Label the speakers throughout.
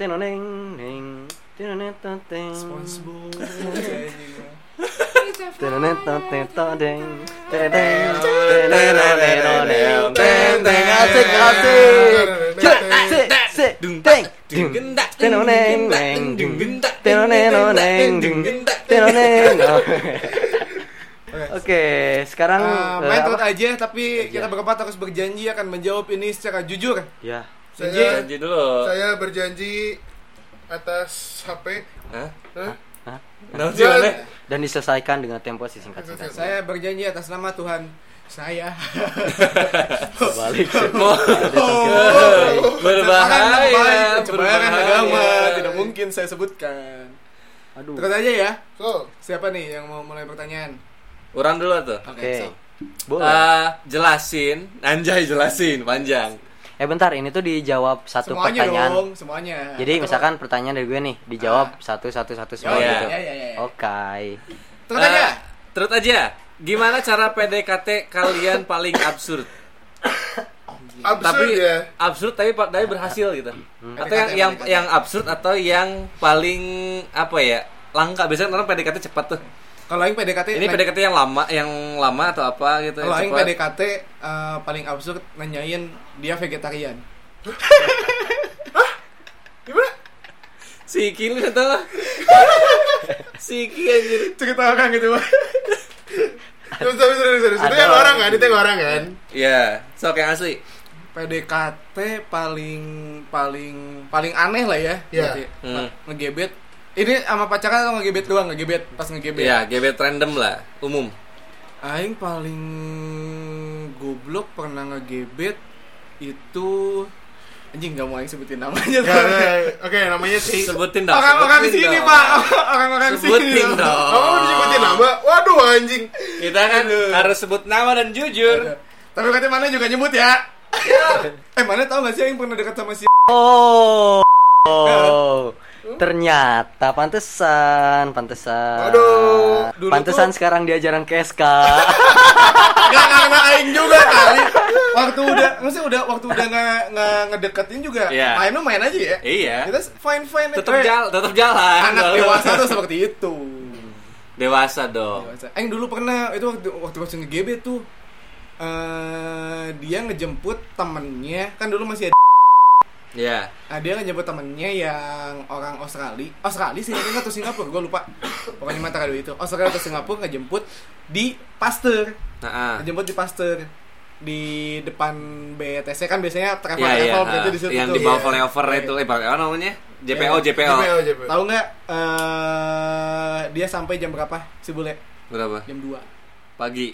Speaker 1: tenoneng neng tenonetoteng
Speaker 2: SpongeBob.
Speaker 1: tenonetoteng tedeng tenoneng asik asik teng tenoneng neng tenoneng tenoneng. Oke, sekarang
Speaker 2: main terus aja, tapi kita berempat harus berjanji akan menjawab ini secara jujur.
Speaker 1: ya.
Speaker 3: Saya
Speaker 4: Janji dulu.
Speaker 3: Saya berjanji atas HP.
Speaker 4: Hah?
Speaker 3: Hah?
Speaker 4: Nah, gimana?
Speaker 1: Dan diselesaikan dengan tempo singkat-singkat.
Speaker 2: Saya berjanji atas nama Tuhan saya.
Speaker 1: Balik.
Speaker 4: Berbahaya.
Speaker 2: Pencemaran agama tidak mungkin saya sebutkan.
Speaker 1: Aduh.
Speaker 2: Terus aja ya.
Speaker 3: So,
Speaker 2: Siapa nih yang mau mulai pertanyaan?
Speaker 4: Orang dulu tuh.
Speaker 1: Oke.
Speaker 2: so.
Speaker 1: Boleh.
Speaker 4: Jelasin, anjay jelasin panjang.
Speaker 1: Bentar, ini tuh dijawab satu
Speaker 2: Semuanya
Speaker 1: pertanyaan.
Speaker 2: dong, semuanya.
Speaker 1: Jadi misalkan pertanyaan dari gue nih dijawab satu semua
Speaker 4: Iya.
Speaker 1: gitu.
Speaker 2: Ya.
Speaker 1: Oke.
Speaker 2: Terus aja.
Speaker 4: Terus aja. Gimana cara PDKT kalian paling absurd?
Speaker 3: absurd ya.
Speaker 4: Absurd tapi berhasil gitu. Atau yang
Speaker 2: PDKT.
Speaker 4: yang absurd atau yang paling apa ya? Langka. Biasanya orang PDKT cepat tuh.
Speaker 2: Kalau yang PDKT
Speaker 4: Ini PDKT yang lama atau apa gitu?
Speaker 2: Kalau yang
Speaker 4: cepat.
Speaker 2: PDKT paling absurd nanyain dia vegetarian.
Speaker 3: Gimana?
Speaker 4: Si Kili atau si Ki anjir.
Speaker 2: Cerita orang gitu.
Speaker 3: Terus. Itu yang orang kan? Itu yang orang kan?
Speaker 4: Iya, sok yang asli.
Speaker 2: PDKT paling aneh lah ya.
Speaker 3: Iya.
Speaker 2: Berarti. Ngegebet. Ini sama pacaran atau ngegebet doang? Pas ngegebet.
Speaker 4: Iya, gebet random lah, umum.
Speaker 2: Aing paling goblok pernah ngegebet itu anjing, gak mau aing sebutin namanya.
Speaker 3: Oke, namanya si.
Speaker 4: Sebutin dong.
Speaker 2: Orang-orang di
Speaker 4: sebutin
Speaker 2: sini,
Speaker 4: dong.
Speaker 2: Pak. Orang-orang di sini.
Speaker 4: Sebutin dong.
Speaker 3: Kamu disebutin nama? Waduh anjing.
Speaker 4: Kita kan harus sebut nama dan jujur.
Speaker 2: Tapi katanya mana juga nyebut ya. Mana tahu gak sih yang pernah dekat sama si
Speaker 1: Oh. Ternyata pantesan.
Speaker 3: Aduh,
Speaker 2: dulu
Speaker 1: Pantesan sekarang dia jarang ke SK.
Speaker 2: Gak karena aing juga kali. Waktu udah nggak ngedeketin juga.
Speaker 4: Iya.
Speaker 2: Main aja ya.
Speaker 4: Iya.
Speaker 2: Kita fine
Speaker 4: Tetap jalan.
Speaker 2: Anak dewasa tuh seperti itu.
Speaker 4: Dewasa dong.
Speaker 2: Aing dulu pernah itu waktu nge-GB tuh dia ngejemput temennya, kan dulu masih ada.
Speaker 4: Iya.
Speaker 2: Nah, dia ngejemput temennya yang orang Australia sih atau Singapura, gue lupa. Pokoknya antara dua itu. Australia atau Singapura ngejemput di Pasteur. Ngejemput di Pasteur di depan BTC kan biasanya travel berarti di situ.
Speaker 4: Yang
Speaker 2: tuh.
Speaker 4: di bawah flyover itu, apa namanya? JPO.
Speaker 2: Tahu nggak dia sampai jam berapa si bule?
Speaker 4: Berapa?
Speaker 2: Jam 2
Speaker 4: Pagi.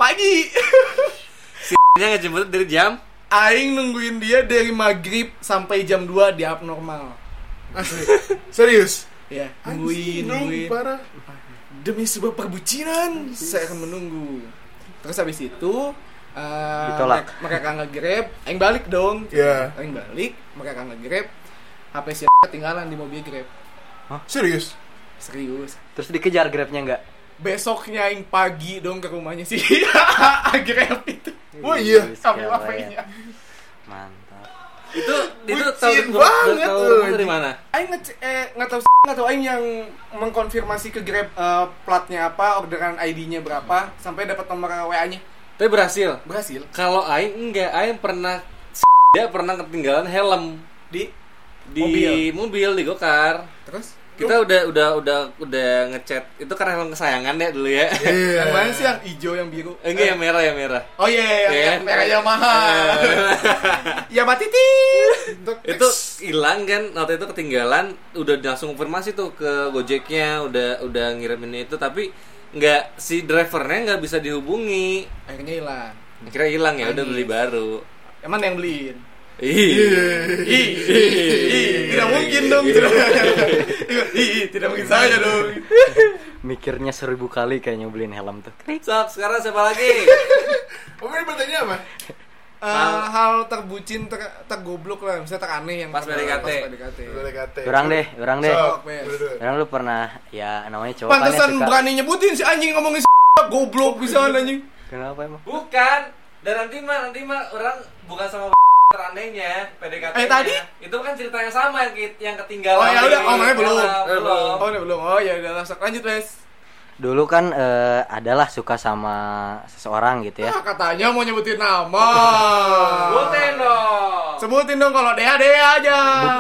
Speaker 4: Dia ngejemput dari jam
Speaker 2: Aing nungguin dia dari maghrib sampai jam 2 di abnormal.
Speaker 3: Asli. Serius?
Speaker 2: Ya,
Speaker 3: Anjing,
Speaker 2: nungguin.
Speaker 3: parah.
Speaker 2: Demi sebuah perbucinan, saya akan menunggu. Terus habis itu
Speaker 1: ditolak.
Speaker 2: mereka nge-grab, Aing balik dong.
Speaker 3: Iya.
Speaker 2: Aing balik, mereka nge-grab. HP si ketinggalan di mobil Grab.
Speaker 3: Serius?
Speaker 2: Serius.
Speaker 1: Terus dikejar Grabnya enggak?
Speaker 2: Besoknya Aing pagi dong ke rumahnya si Grab itu.
Speaker 3: Oh iya.
Speaker 2: Sampai HP-nya.
Speaker 1: Mantap.
Speaker 4: itu
Speaker 3: Bucin banget
Speaker 4: tahu
Speaker 3: tuh.
Speaker 4: dari mana?
Speaker 2: Aing nggak tahu Aing yang mengkonfirmasi ke Grab platnya apa, orderan ID-nya berapa, sampai dapat nomor WA-nya.
Speaker 4: Tapi berhasil. Kalau Aing enggak, Aing pernah dia pernah ketinggalan helm
Speaker 2: Di
Speaker 4: mobil di gokar.
Speaker 2: terus
Speaker 4: Kita udah ngechat. Itu karena helm kesayangan ya dulu ya.
Speaker 2: yang mana sih, yang hijau yang biru?
Speaker 4: Enggak, yang merah.
Speaker 2: Oh iya, yang merah Yamaha. Ya Titi.
Speaker 4: Itu hilang kan, waktu itu ketinggalan, udah langsung konfirmasi tuh ke Gojeknya, udah ngirimin itu, tapi nggak, si drivernya nggak bisa dihubungi.
Speaker 2: Akhirnya hilang.
Speaker 4: Akhirnya hilang ya, udah beli baru.
Speaker 2: Emang yang beliin?
Speaker 4: Tidak
Speaker 2: mungkin dong. Tidak mungkin saya dong.
Speaker 1: Mikirnya 1000 kali kayaknya beliin helm tuh.
Speaker 4: Sok, sekarang siapa lagi?
Speaker 3: Kamu ini bertanya apa?
Speaker 2: Hal terbucin, tergoblok lah, misalnya teraneh yang
Speaker 4: Pas PDKT.
Speaker 3: PDKT.
Speaker 1: Orang deh.
Speaker 3: Sok,
Speaker 2: Pes.
Speaker 3: dulu.
Speaker 1: Orang lu pernah ya namanya cowok kan ya
Speaker 2: Pantesan
Speaker 1: suka.
Speaker 2: berani nyebutin si anjing ngomongin goblok bisa anjing.
Speaker 1: Kenapa emang?
Speaker 4: Bukan. Dan nanti mah orang bukan sama Anehnya PDKT
Speaker 2: tadi?
Speaker 4: itu kan cerita yang sama yang ketinggalan.
Speaker 2: Oh ya udah, namanya belum.
Speaker 4: belum.
Speaker 2: Oh, ini belum. Oh ya udah langsung lanjut, Wes.
Speaker 1: Dulu kan adalah suka sama seseorang gitu ya.
Speaker 2: Katanya mau nyebutin nama. Sebutin dong kalau Dea aja.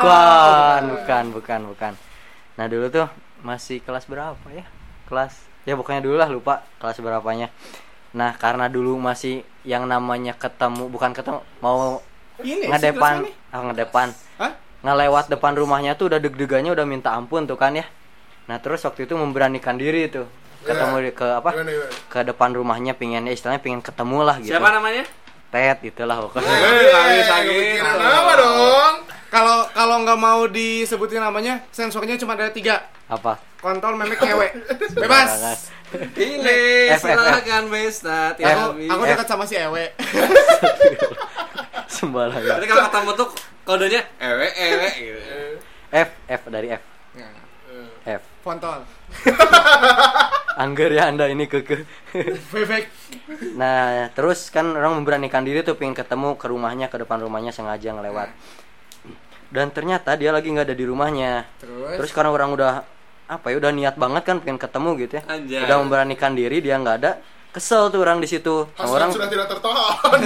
Speaker 1: Bukan. Nah, dulu tuh masih kelas berapa ya? Ya pokoknya dulu lah, lupa kelas berapanya. Nah, karena dulu masih yang namanya bukan ketemu, mau
Speaker 2: Ini
Speaker 1: ngedepan.
Speaker 2: Hah?
Speaker 1: Ngelewat depan rumahnya tuh udah deg-degannya udah minta ampun tuh kan ya. Nah, terus waktu itu memberanikan diri tuh ketemu ke ke depan rumahnya, pengennya istilahnya pengen ketemu lah gitu.
Speaker 4: Siapa namanya?
Speaker 1: Ted, itulah pokoknya.
Speaker 3: Kepikiran nama dong.
Speaker 2: Kalau nggak mau disebutin namanya, sensornya cuma ada 3.
Speaker 1: Apa?
Speaker 2: Kontol, memek, cewek. Bebas.
Speaker 4: Pilih, silakan Besta.
Speaker 2: Aku dekat sama si Ewe.
Speaker 1: Sembarangan.
Speaker 4: Berarti kalau ketemu tuh kodenya ewe gitu.
Speaker 1: F dari F. F.
Speaker 2: Kontol.
Speaker 1: Angger ya Anda ini keke.
Speaker 2: Bebek.
Speaker 1: Nah, terus kan orang memberanikan diri tuh pengen ketemu ke rumahnya, ke depan rumahnya, sengaja ngelewat. Dan ternyata dia lagi nggak ada di rumahnya. Terus karena orang udah udah niat banget kan pengen ketemu gitu ya.
Speaker 4: Anjay.
Speaker 1: Udah memberanikan diri, dia nggak ada. Kesel tuh orang di situ.
Speaker 3: Hasrat
Speaker 1: Orang
Speaker 3: sudah tidak tertahan.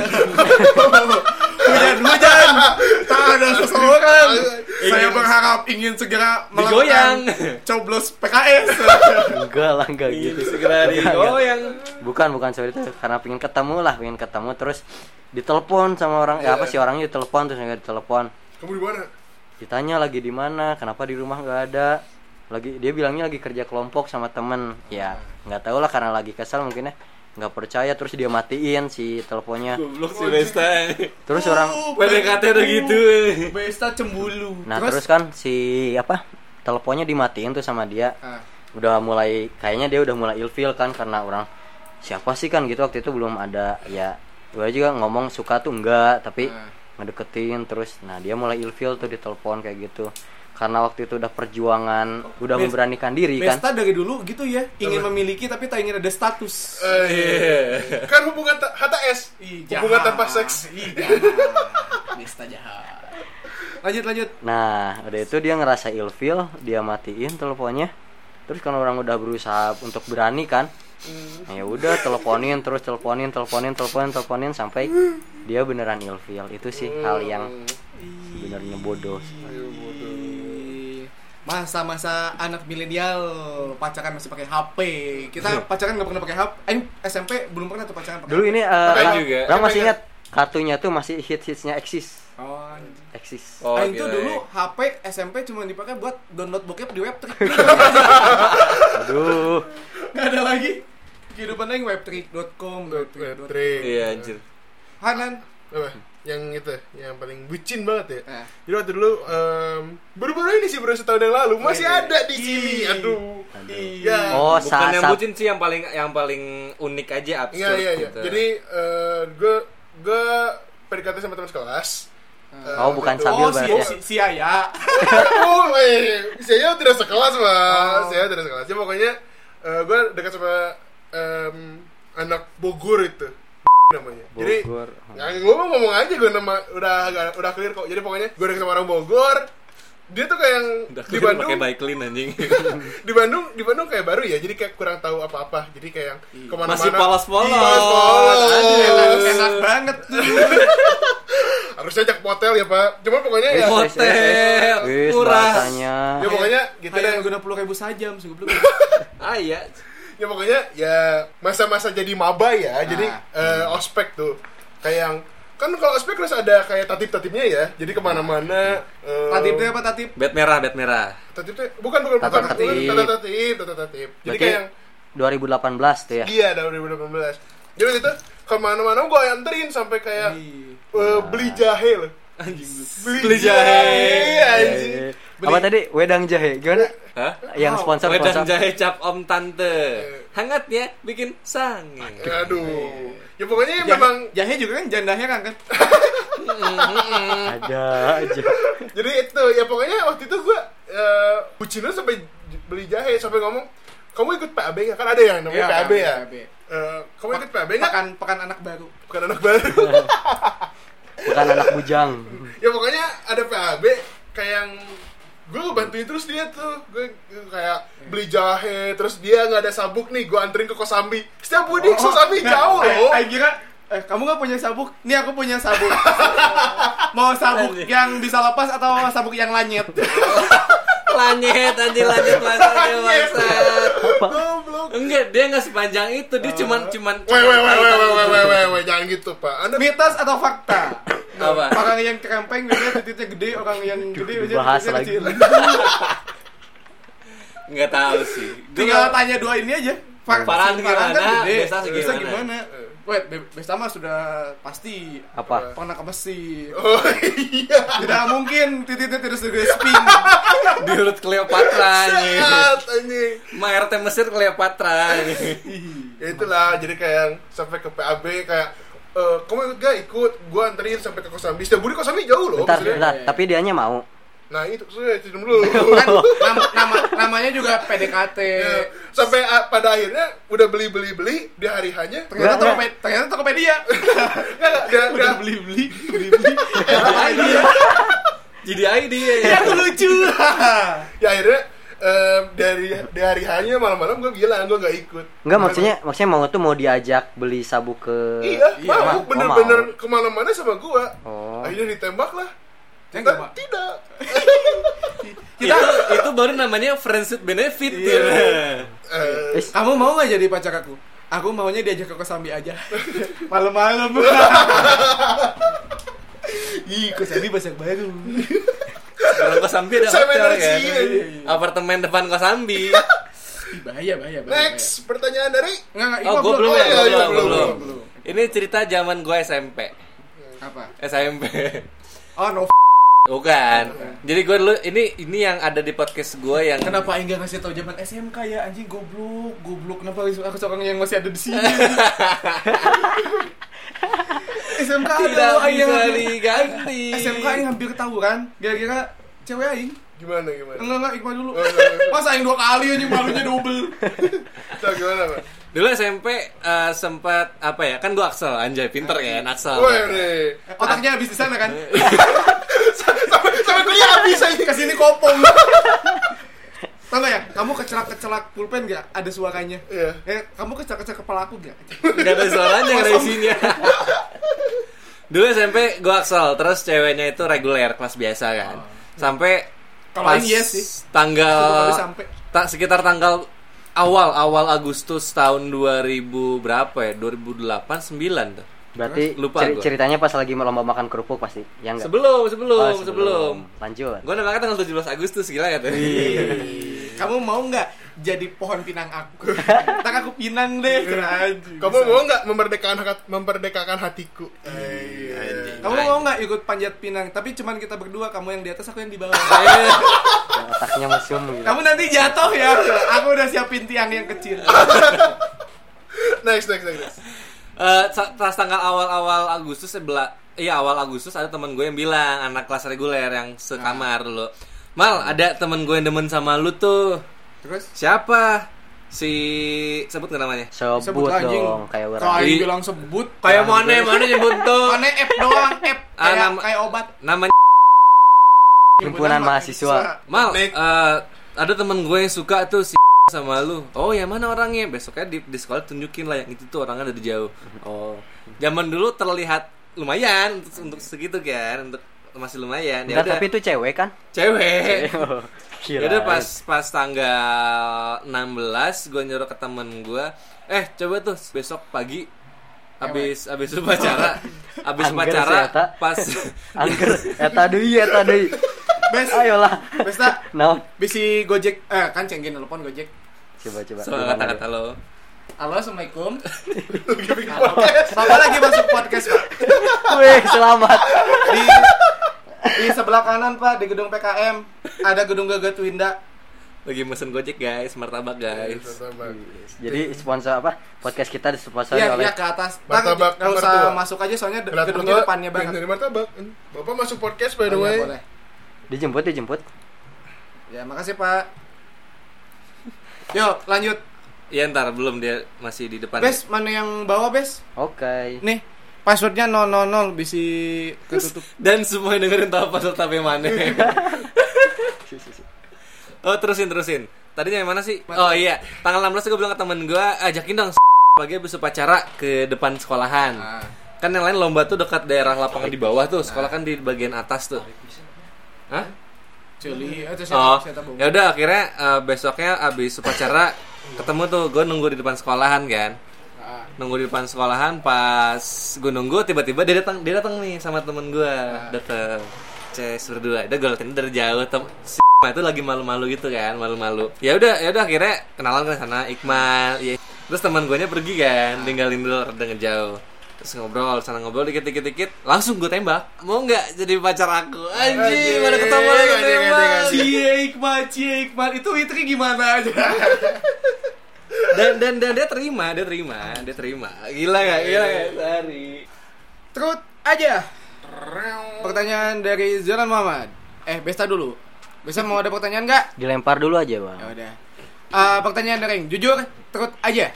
Speaker 2: Hujan. Tak ada seseorang. Saya berharap ingin segera
Speaker 4: digoyang.
Speaker 2: Coblos PKS.
Speaker 1: enggak gitu.
Speaker 4: Segera digoyang.
Speaker 1: Bukan seperti itu. Karena pengen ketemu terus ditelepon sama orang. Ya apa sih, orangnya ditelepon terus nggak ditelepon.
Speaker 3: Kamu di mana?
Speaker 1: Ditanya lagi di mana, kenapa di rumah nggak ada. Dia bilangnya lagi kerja kelompok sama temen. Ya nggak tahu lah, karena lagi kesel mungkin ya, nggak percaya, terus dia matiin si teleponnya.
Speaker 4: Goblok si Besta.
Speaker 1: Terus orang
Speaker 4: PDKT udah gitu.
Speaker 2: Besta cembulu.
Speaker 1: nah terus kan si teleponnya dimatiin tuh sama dia. Udah mulai, kayaknya dia udah mulai ilfil kan, karena orang siapa sih kan gitu, waktu itu belum ada ya. Gue juga ngomong suka tuh enggak, tapi ngedeketin terus. Nah dia mulai ilfil tuh di telepon kayak gitu. Karena waktu itu udah perjuangan, udah memberanikan diri kan.
Speaker 2: Besta dari dulu gitu ya, ingin memiliki tapi tak ingin ada status.
Speaker 3: Kan hubungan HTS. Hubungan tanpa seks.
Speaker 2: Besta jahat. Lanjut.
Speaker 1: Nah udah itu dia ngerasa ilfil, dia matiin teleponnya. Terus kan orang udah berusaha untuk berani kan. Nah, ya udah teleponin sampai dia beneran ilfil. Itu sih hal yang sebenarnya bodoh.
Speaker 2: Masa-masa anak milenial pacaran masih pakai HP. Kita pacaran nggak pernah pakai HP. SMP belum pernah tuh pacaran pakai.
Speaker 1: Dulu ini
Speaker 4: juga.
Speaker 1: orang masih ingat kartunya tuh masih hits-hitsnya Exis. Exis.
Speaker 2: Itu dulu HP SMP cuma dipakai buat download bokep di Webtrick.
Speaker 1: Aduh.
Speaker 2: Gak ada lagi. Kehidupan yang webtrick.com.
Speaker 4: Iya anjir.
Speaker 2: Hanan.
Speaker 3: Apa? Yang itu, yang paling bucin banget ya. Jadi waktu dulu baru-baru ini sih, baru setahun yang lalu masih ada di sini. Aduh. Iya.
Speaker 1: Oh,
Speaker 4: bukan yang bucin sih, yang paling unik aja, absurd.
Speaker 3: Iya.
Speaker 4: Gitu.
Speaker 3: Jadi gue PDKT sama teman sekelas.
Speaker 1: Bukan Sabil berarti ya.
Speaker 2: Si Aya.
Speaker 3: Si Aya tidak sekelas, Mas. Si Aya tidak sekelas. Jadi pokoknya gue dekat sama anak Bogor itu. Namanya. Jadi ngomong aja gue nama udah clear kok. Jadi pokoknya gue dekat sama orang Bogor. Dia tuh kayak yang di Bandung
Speaker 4: pakai bike lane anjing.
Speaker 3: di Bandung kayak baru ya. Jadi kayak kurang tahu apa-apa. Jadi kayak yang kemana-mana
Speaker 4: masih polos-polos.
Speaker 2: Enak banget.
Speaker 3: Harusnya ajak motel ya, Pak. Cuma pokoknya ya
Speaker 4: motel murah.
Speaker 3: Ya pokoknya gitu deh.
Speaker 2: Guna 10.000 sajam segoblok.
Speaker 4: Iya.
Speaker 3: Ya pokoknya ya masa-masa jadi maba ya. Jadi ospek tuh kayak yang kan kalau ospek harus ada kayak tatip-tatipnya ya. Jadi kemana-mana.
Speaker 2: Tatipnya apa tatip?
Speaker 4: Bet merah.
Speaker 3: Tatipnya bukan tatip. Jadi kayak yang
Speaker 1: 2018 tuh ya.
Speaker 3: Iya, 2018. Jadi itu kemana-mana gue anterin sampai kayak beli jahe loh.
Speaker 4: Anjing. Beli jahe.
Speaker 3: Anjing.
Speaker 1: Apa tadi? Wedang jahe. Gimana?
Speaker 4: Hah?
Speaker 1: Yang sponsor.
Speaker 4: Wedang jahe cap Om Tante. Hangatnya bikin sange.
Speaker 3: Aduh. Ya pokoknya memang
Speaker 2: jahe juga kan janda heran kan.
Speaker 1: Ada aja.
Speaker 3: Jadi itu ya pokoknya waktu itu gue bucinnya sampai beli jahe, sampai ngomong, "Kamu ikut PAB enggak?" Kan ada yang namanya PAB ya. Kamu ikut PAB enggak?
Speaker 2: Pekan anak baru.
Speaker 3: Bukan anak baru.
Speaker 1: bukan anak bujang.
Speaker 3: Ya pokoknya ada PAB kayak yang gue bantuin terus dia tuh, gue kayak beli jahe, terus dia nggak ada sabuk nih, gue anterin ke Kosambi. Setiap mudik Kosambi jauh loh.
Speaker 2: Kira kamu nggak punya sabuk? Nih aku punya sabuk. Mau sabuk yang bisa lepas atau sabuk yang lanyet?
Speaker 4: Lanyet maksudnya maksud.
Speaker 3: Goblok.
Speaker 4: Enggak, dia nggak sepanjang itu, dia cuman
Speaker 3: Weh, jangan gitu Pak. Anda
Speaker 2: Mitos atau fakta?
Speaker 4: Apa?
Speaker 2: Orang yang kerempeng biasanya titiknya gede, orang yang gede biasanya
Speaker 1: Bahas
Speaker 2: titiknya
Speaker 1: lagi.
Speaker 2: kecil.
Speaker 4: Nggak tahu sih.
Speaker 2: Tinggal tanya dua ini aja.
Speaker 4: Farhan gimana?
Speaker 2: Besta gimana? Wait, Besta mah sudah pasti
Speaker 1: Apa?
Speaker 2: pernah ke Mesir.
Speaker 3: Oh iya.
Speaker 2: Tidak mungkin titiknya tidak segede spin.
Speaker 4: Di urut Cleopatra nih.
Speaker 3: Anjing.
Speaker 4: Ma RT Mesir Cleopatra nih.
Speaker 3: Ya itulah, jadi kayak sampai ke PAB kayak kamu ikut, gue anterin sampai ke Kosambi. Setiap budik Kosambi jauh loh.
Speaker 1: Bentar,
Speaker 3: maksudnya.
Speaker 1: tapi dianya mau.
Speaker 3: Nah itu saya cium dulu.
Speaker 2: Kan namanya juga PDKT.
Speaker 3: Ya, sampai pada akhirnya udah beli di hari hanya.
Speaker 2: Ternyata Tokopedia.
Speaker 3: Dia
Speaker 2: Udah beli.
Speaker 4: Jadi ID ya.
Speaker 2: Ya aku lucu.
Speaker 3: Ya akhirnya dari hari hanya malam-malam gue bilang gue gak ikut.
Speaker 1: Enggak, maksudnya mau tuh mau diajak beli sabuk ke.
Speaker 3: Iya, mau
Speaker 1: mau.
Speaker 3: bener-bener kemana-mana sama gue.
Speaker 1: Oh.
Speaker 3: Akhirnya ditembak lah.
Speaker 2: Enggak,
Speaker 3: Tidak.
Speaker 4: Itu baru namanya friends with benefit.
Speaker 2: Kamu mau nggak jadi pacar aku? Aku maunya diajak ke Kosambi aja. Malam-malam. Ih, Kosambi pasar baru.
Speaker 4: Sekarang Kosambi ada
Speaker 3: Sama
Speaker 4: hotel
Speaker 3: energi,
Speaker 4: kan.
Speaker 3: iya.
Speaker 4: Bahaya. Kosambi.
Speaker 2: Bahaya.
Speaker 3: Next, pertanyaan dari
Speaker 2: Enggak,
Speaker 4: Oh, gue belum ya.
Speaker 3: belum.
Speaker 4: Ini cerita zaman gue SMP.
Speaker 2: Apa?
Speaker 4: SMP.
Speaker 2: Oh, no.
Speaker 4: Bukan. Jadi gue dulu ini yang ada di podcast gue yang
Speaker 2: Kenapa enggak ngasih tahu zaman SMK ya, anjing goblok. Kenapa aku seorang yang masih ada di sini? SMK
Speaker 4: tidak
Speaker 2: ada
Speaker 4: bisa diganti.
Speaker 2: SMK yang hampir tawuran gara-gara cewek aing.
Speaker 3: Gimana?
Speaker 2: Enggak, Iqbal dulu.
Speaker 3: Oh.
Speaker 2: Masa aing 2 kali anjing, malunya double.
Speaker 3: So, gimana Pak?
Speaker 4: Dulu SMP sempat apa ya? Kan gue Axel, anjay pinter kan Axel.
Speaker 3: Wih,
Speaker 2: Otaknya habis di sana kan.
Speaker 3: sampai kuliah habis aja.
Speaker 2: Kesini kopong. Tahu nggak ya? Kamu kecelak pulpen nggak? Ada suaranya.
Speaker 3: Iya.
Speaker 2: Kamu kecelak kepala aku nggak?
Speaker 4: Gak ada suaranya, gak ada isinya. Dulu SMP gue Axel, terus ceweknya itu reguler kelas biasa kan. Sampai
Speaker 2: Kalau
Speaker 4: pas
Speaker 2: ini yes sih.
Speaker 4: tanggal
Speaker 2: Sampai.
Speaker 4: sekitar tanggal awal Agustus tahun 2000 berapa ya? 2008 9 tuh.
Speaker 1: Berarti
Speaker 4: Lupa gua.
Speaker 1: ceritanya pas lagi lomba makan kerupuk pasti. Ya enggak?
Speaker 4: Sebelum.
Speaker 1: Lanjut.
Speaker 4: Gue nembaknya tanggal 17 Agustus, gila ya tuh.
Speaker 2: Kamu mau nggak jadi pohon pinang aku? Tak aku pinang deh.
Speaker 3: Kamu mau nggak memerdekakan hatiku?
Speaker 2: Kamu mau nggak ikut panjat pinang? Tapi cuman kita berdua, kamu yang di atas, aku yang di bawah.
Speaker 1: Otaknya mesum gitu.
Speaker 2: Kamu nanti jatuh ya. Aku udah siapin tiang yang kecil.
Speaker 3: Next.
Speaker 4: Pas tanggal awal Agustus awal Agustus ada teman gue yang bilang, anak kelas reguler yang sekamar dulu. Mal, ada temen gue yang demen sama lu tuh.
Speaker 2: Terus?
Speaker 4: Siapa? Sebut nggak namanya?
Speaker 1: Sebut dong, kayak orang.
Speaker 2: Kayak bilang sebut.
Speaker 4: Kayak mana nyebut tuh?
Speaker 2: Mana F doang, F kayak obat.
Speaker 4: Namanya
Speaker 1: Himpunan mahasiswa.
Speaker 4: Mal, ada temen gue yang suka tuh si sama lu. Oh, yang mana orangnya? Besoknya di sekolah tunjukin lah yang itu tuh orangnya dari jauh. Oh, zaman dulu terlihat lumayan untuk segitu kan, untuk masih lumayan.
Speaker 1: Ya tapi itu cewek kan?
Speaker 4: Cewek.
Speaker 1: Kira.
Speaker 4: Jadi pas tanggal 16 gue nyuruh ke temen gue, coba tuh besok pagi habis upacara pas
Speaker 1: angker eta deui
Speaker 2: Bes,
Speaker 1: ayolah
Speaker 2: Besta,
Speaker 1: no
Speaker 2: bisi Gojek, kan cengkin telepon Gojek.
Speaker 1: coba
Speaker 4: so, kata-kata lo.
Speaker 2: Halo, assalamualaikum. Bapak lagi masuk podcast, Pak.
Speaker 1: wih selamat
Speaker 2: Di sebelah kanan, Pak, di gedung PKM ada gedung Gagat Winda.
Speaker 4: Lagi mesen Gojek guys, martabak guys.
Speaker 1: jadi sponsor apa podcast kita disponsori
Speaker 2: Iya,
Speaker 1: oleh
Speaker 2: ke atas.
Speaker 3: Martabak
Speaker 2: Nggak usah masuk aja soalnya gedungnya depannya banget.
Speaker 3: Dari martabak. Bapak masuk podcast by the way.
Speaker 2: Boleh.
Speaker 1: dijemput
Speaker 2: Ya, makasih, Pak. Yuk, lanjut.
Speaker 4: Iya ntar belum, dia masih di depan.
Speaker 2: Bes, mana yang bawa, Bes?
Speaker 1: oke.
Speaker 2: Nih, passwordnya 000 bisa ketutup.
Speaker 4: Dan semua yang dengerin tahu password HP mana. Oh, terusin. Tadinya yang mana sih? Oh iya, tanggal 16 gue bilang ke temen gue, ajakin dong pagi besok upacara ke depan sekolahan. Kan yang lain lomba tuh dekat daerah lapangan di bawah tuh, sekolah kan di bagian atas tuh. Hah?
Speaker 2: Culi atau
Speaker 4: ya udah akhirnya besoknya abis upacara ketemu tuh, gue nunggu di depan sekolahan kan. Nunggu di depan sekolahan, pas gue nunggu tiba-tiba dia datang nih sama temen gue. Datang berdua. Udah gue liatin dari jauh si itu lagi malu-malu gitu kan, malu-malu. Ya udah akhirnya kenalan ke sana Iqmal. Ya. Terus teman gue nya pergi kan, tinggalin dulu rada ngejauh. Terus ngobrol dikit langsung gue tembak. Mau nggak jadi pacar aku? Anjing, mana ketemu lagi tembak.
Speaker 2: Cie Iqmal itu gimana aja.
Speaker 4: dan dia terima. Gila gak? Sari.
Speaker 2: Terus aja. Pertanyaan dari Zoran Muhammad. Besta dulu. Besta mau ada pertanyaan nggak?
Speaker 1: Dilempar dulu aja, Bang.
Speaker 2: Ya udah. Pertanyaan dari jujur, terus aja.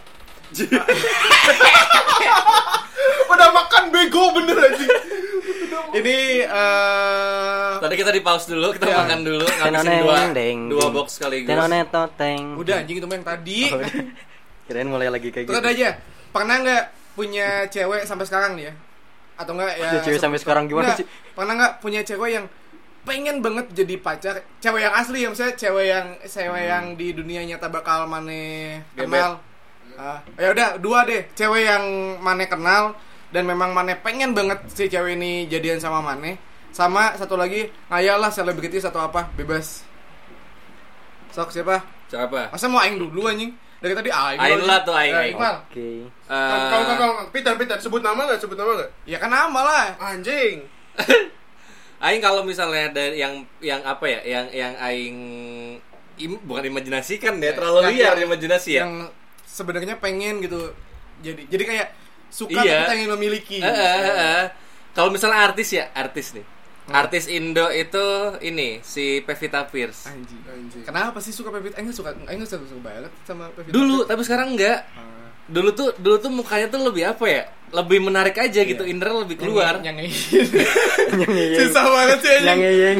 Speaker 3: Udah makan bego bener aja.
Speaker 2: Ini
Speaker 4: tadi kita di pause dulu, kita makan dulu, ngabisin dua box sekaligus.
Speaker 2: Udah anjing itu yang tadi.
Speaker 1: Kirain mulai lagi kayak gitu.
Speaker 2: Terus aja. Pernah nggak punya cewek sampai sekarang nih ya? Atau enggak ya?
Speaker 1: Cewek sampai sekarang gimana sih?
Speaker 2: Pernah nggak punya cewek yang pengen banget jadi pacar, cewek yang asli ya, misalnya cewek yang di dunia nyata bakal mane kenal. Ya udah, 2 deh, cewek yang mane kenal dan memang mane pengen banget si cewek ini jadian sama mane. Sama satu lagi, ngayal lah selebritis atau apa, bebas. Sok siapa? Masa mau aing dulu anjing? Dari tadi
Speaker 4: aing lah tuh aing.
Speaker 1: Oke.
Speaker 3: Kau Peter, sebut nama enggak?
Speaker 2: Ya kan nama lah.
Speaker 3: Anjing.
Speaker 4: Aing kalau misalnya dari yang apa ya, yang aing bukan imajinasikan ya, terlalu liar imajinasi ya.
Speaker 2: Yang sebenarnya pengen gitu. Jadi kayak suka tapi pengen memiliki.
Speaker 4: Kalau misalnya artis nih. Artis Indo itu ini si Pevita Pierce.
Speaker 2: Anjing. Kenapa sih suka Pevita? Enggak suka banget sama Pevita.
Speaker 4: Dulu, tapi sekarang enggak. Dulu tuh mukanya tuh lebih apa ya? Lebih menarik aja gitu, indra lebih keluar.
Speaker 2: Yang susah banget sih
Speaker 1: yang ngeyeng.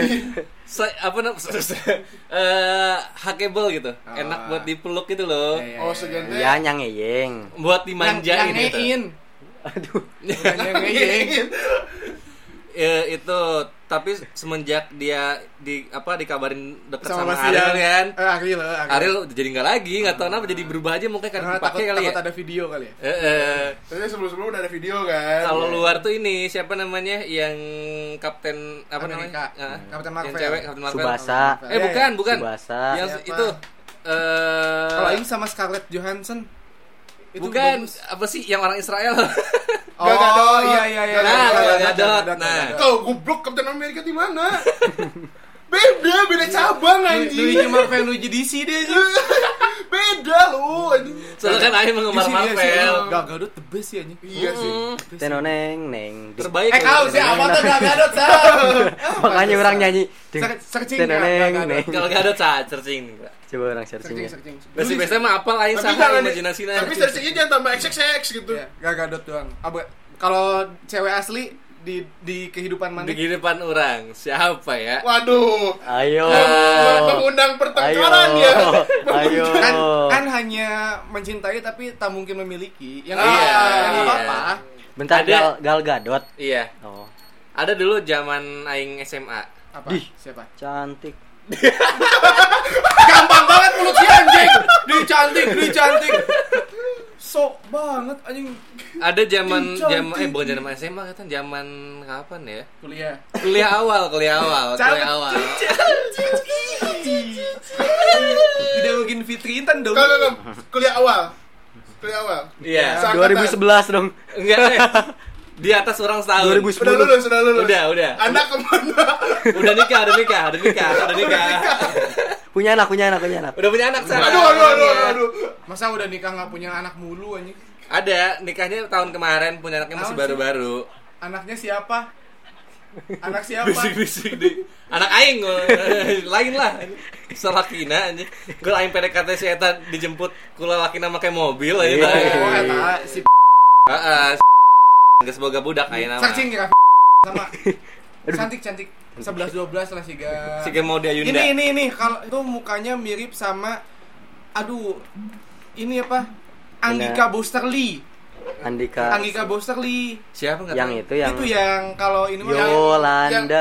Speaker 4: Huggable gitu. Enak buat dipeluk gitu loh.
Speaker 3: Oh, segan
Speaker 1: ya yang ngeyeng.
Speaker 4: Buat dimanjain gitu.
Speaker 2: Aduh. Yang ngeyeng.
Speaker 4: Itu tapi semenjak dia dikabarin deket sama Ariel kan. Ariel jadi enggak lagi, enggak tahu kenapa jadi berubah aja mukanya kan dipakai kali ya.
Speaker 2: Takut ada video kali ya.
Speaker 3: Tapi sebelum udah ada video kan.
Speaker 4: Kalau luar tuh ini siapa namanya yang kapten apa
Speaker 2: Amerika.
Speaker 4: namanya?
Speaker 2: Kapten Marvel.
Speaker 4: Yang cewek Kapten Marvel.
Speaker 1: Subasa.
Speaker 4: Bukan.
Speaker 1: Subasa.
Speaker 4: Yang
Speaker 2: siapa?
Speaker 4: itu
Speaker 2: kalau ini sama Scarlett Johansson.
Speaker 4: Itu bukan bagus. Apa sih yang orang Israel?
Speaker 2: Oh iya.
Speaker 4: Gadot. Nah,
Speaker 3: kau goblok, Kapten Amerika di mana? Beda cabang anjing.
Speaker 2: Luigi Marvel, Luigi DC dia aja.
Speaker 3: Beda lu anjing.
Speaker 4: soalnya kan Aing penggemar Marvel.
Speaker 2: Gal Gadot the best sih anjing.
Speaker 3: Iya sih.
Speaker 1: Tenoneng.
Speaker 4: Terbaik.
Speaker 2: Kau siapa tuh Gal Gadot?
Speaker 1: Makanya orang nyanyi.
Speaker 2: Searching
Speaker 4: Gal Gadot searching.
Speaker 1: Coba orang searching.
Speaker 4: Biasanya mah apal Aing sama imajinasinya.
Speaker 3: Tapi searchingnya jangan tambah XXX gitu.
Speaker 2: Gal Gadot doang. Kalau cewek asli di kehidupan mana?
Speaker 4: Di kehidupan orang siapa ya?
Speaker 3: Waduh.
Speaker 1: Ayo.
Speaker 3: Mengundang pertengkaran ya.
Speaker 1: Ayo.
Speaker 2: Kan hanya mencintai tapi tak mungkin memiliki. Yang apa?
Speaker 1: Bentar, Gal Gadot.
Speaker 4: Iya.
Speaker 1: Oh.
Speaker 4: Ada dulu zaman Aing SMA.
Speaker 2: Apa? Siapa?
Speaker 1: Cantik.
Speaker 2: Gampang banget mulut si anjing. Dia cantik. Sok banget anjing.
Speaker 4: Ada zaman bukan zaman SMA kan, zaman kapan ya?
Speaker 2: Kuliah awal. Tidak mungkin Fitri Intan dong.
Speaker 3: Kuliah awal.
Speaker 4: Iya.
Speaker 1: 2011 dong.
Speaker 4: Enggak. Di atas orang setahun.
Speaker 1: 2010.
Speaker 3: Udah lulus.
Speaker 4: Udah.
Speaker 3: Anak kemana?
Speaker 4: Udah nikah.
Speaker 1: Punya anak.
Speaker 4: Udah punya anak sekarang.
Speaker 3: Aduh.
Speaker 2: Masa udah nikah nggak punya anak mulu anjing?
Speaker 4: Ada, nikahnya tahun kemarin, punya anaknya masih baru-baru.
Speaker 2: Anaknya siapa?
Speaker 4: Bisik-bisik deh. Anak aing lain lah. Salakina anjing. Gue aing PDKT si eta dijemput kula lakina make mobil aja.
Speaker 2: Oh, eta si
Speaker 4: Geus boga budak aya nama.
Speaker 2: Searching ya sama. Cantik. 11-12 lah
Speaker 4: Siga mau dia Yunda.
Speaker 2: Ini kalau itu mukanya mirip sama ini apa? Anggika Bosterly. Anggika Bosterly.
Speaker 4: Siapa enggak?
Speaker 1: Yang
Speaker 4: tahu?
Speaker 1: Itu
Speaker 2: yang kalau ini
Speaker 1: Yolanda.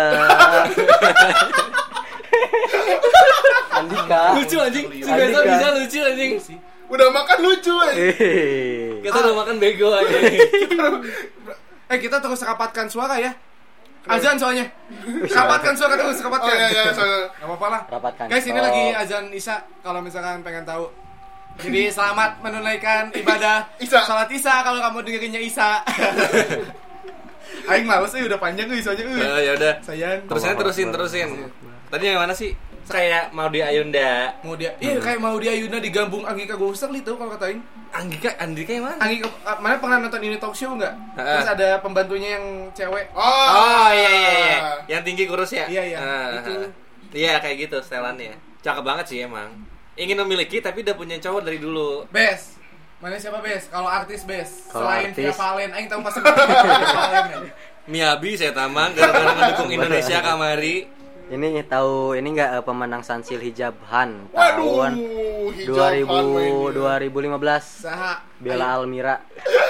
Speaker 1: Andika.
Speaker 4: Lucu anjing. Sebenarnya bisa lucu anjing.
Speaker 3: Udah makan lucu anjing.
Speaker 4: Kita udah makan bego anjing.
Speaker 2: Kita terus rapatkan suara ya. Azan soalnya. Rapatkan suara terus, rapatkan.
Speaker 3: Oh iya,
Speaker 2: Enggak apa-apa lah.
Speaker 1: Rapatkan.
Speaker 2: Guys, ini lagi azan Isya kalau misalkan pengen tahu. Jadi selamat menunaikan ibadah salat Isya kalau kamu dengerinnya Isya. Aing males udah panjang soalnya.
Speaker 4: Ya udah.
Speaker 2: Sayang.
Speaker 4: Terusin. Tadi yang mana sih? Kayak mau di Ayunda.
Speaker 2: Kayak mau di Ayunda digabung Anggika Bosterly tuh kalau katain.
Speaker 4: Andika yang mana?
Speaker 2: Anggika mana pernah nonton ini talk show enggak? Terus ada pembantunya yang cewek.
Speaker 4: Oh iya. Yang tinggi kurus ya?
Speaker 2: Iya. Itu.
Speaker 4: Iya kayak gitu setelannya. Cakep banget sih emang. Ingin memiliki tapi udah punya cowok dari dulu.
Speaker 2: Best. Mana siapa best? Kalau artis best.
Speaker 1: Kalo
Speaker 2: selain
Speaker 1: artis.
Speaker 2: Via Valen, aing tahu pasti Via Valen ya.
Speaker 4: Miyabi saya tamang gara-gara mendukung Indonesia kamari.
Speaker 1: Ini tahu ini enggak pemenang Sansil Hijab Han
Speaker 3: Waduh,
Speaker 1: tahun
Speaker 3: hijab Han mainnya.
Speaker 1: 2015.
Speaker 2: Saha?
Speaker 1: Bella Almira.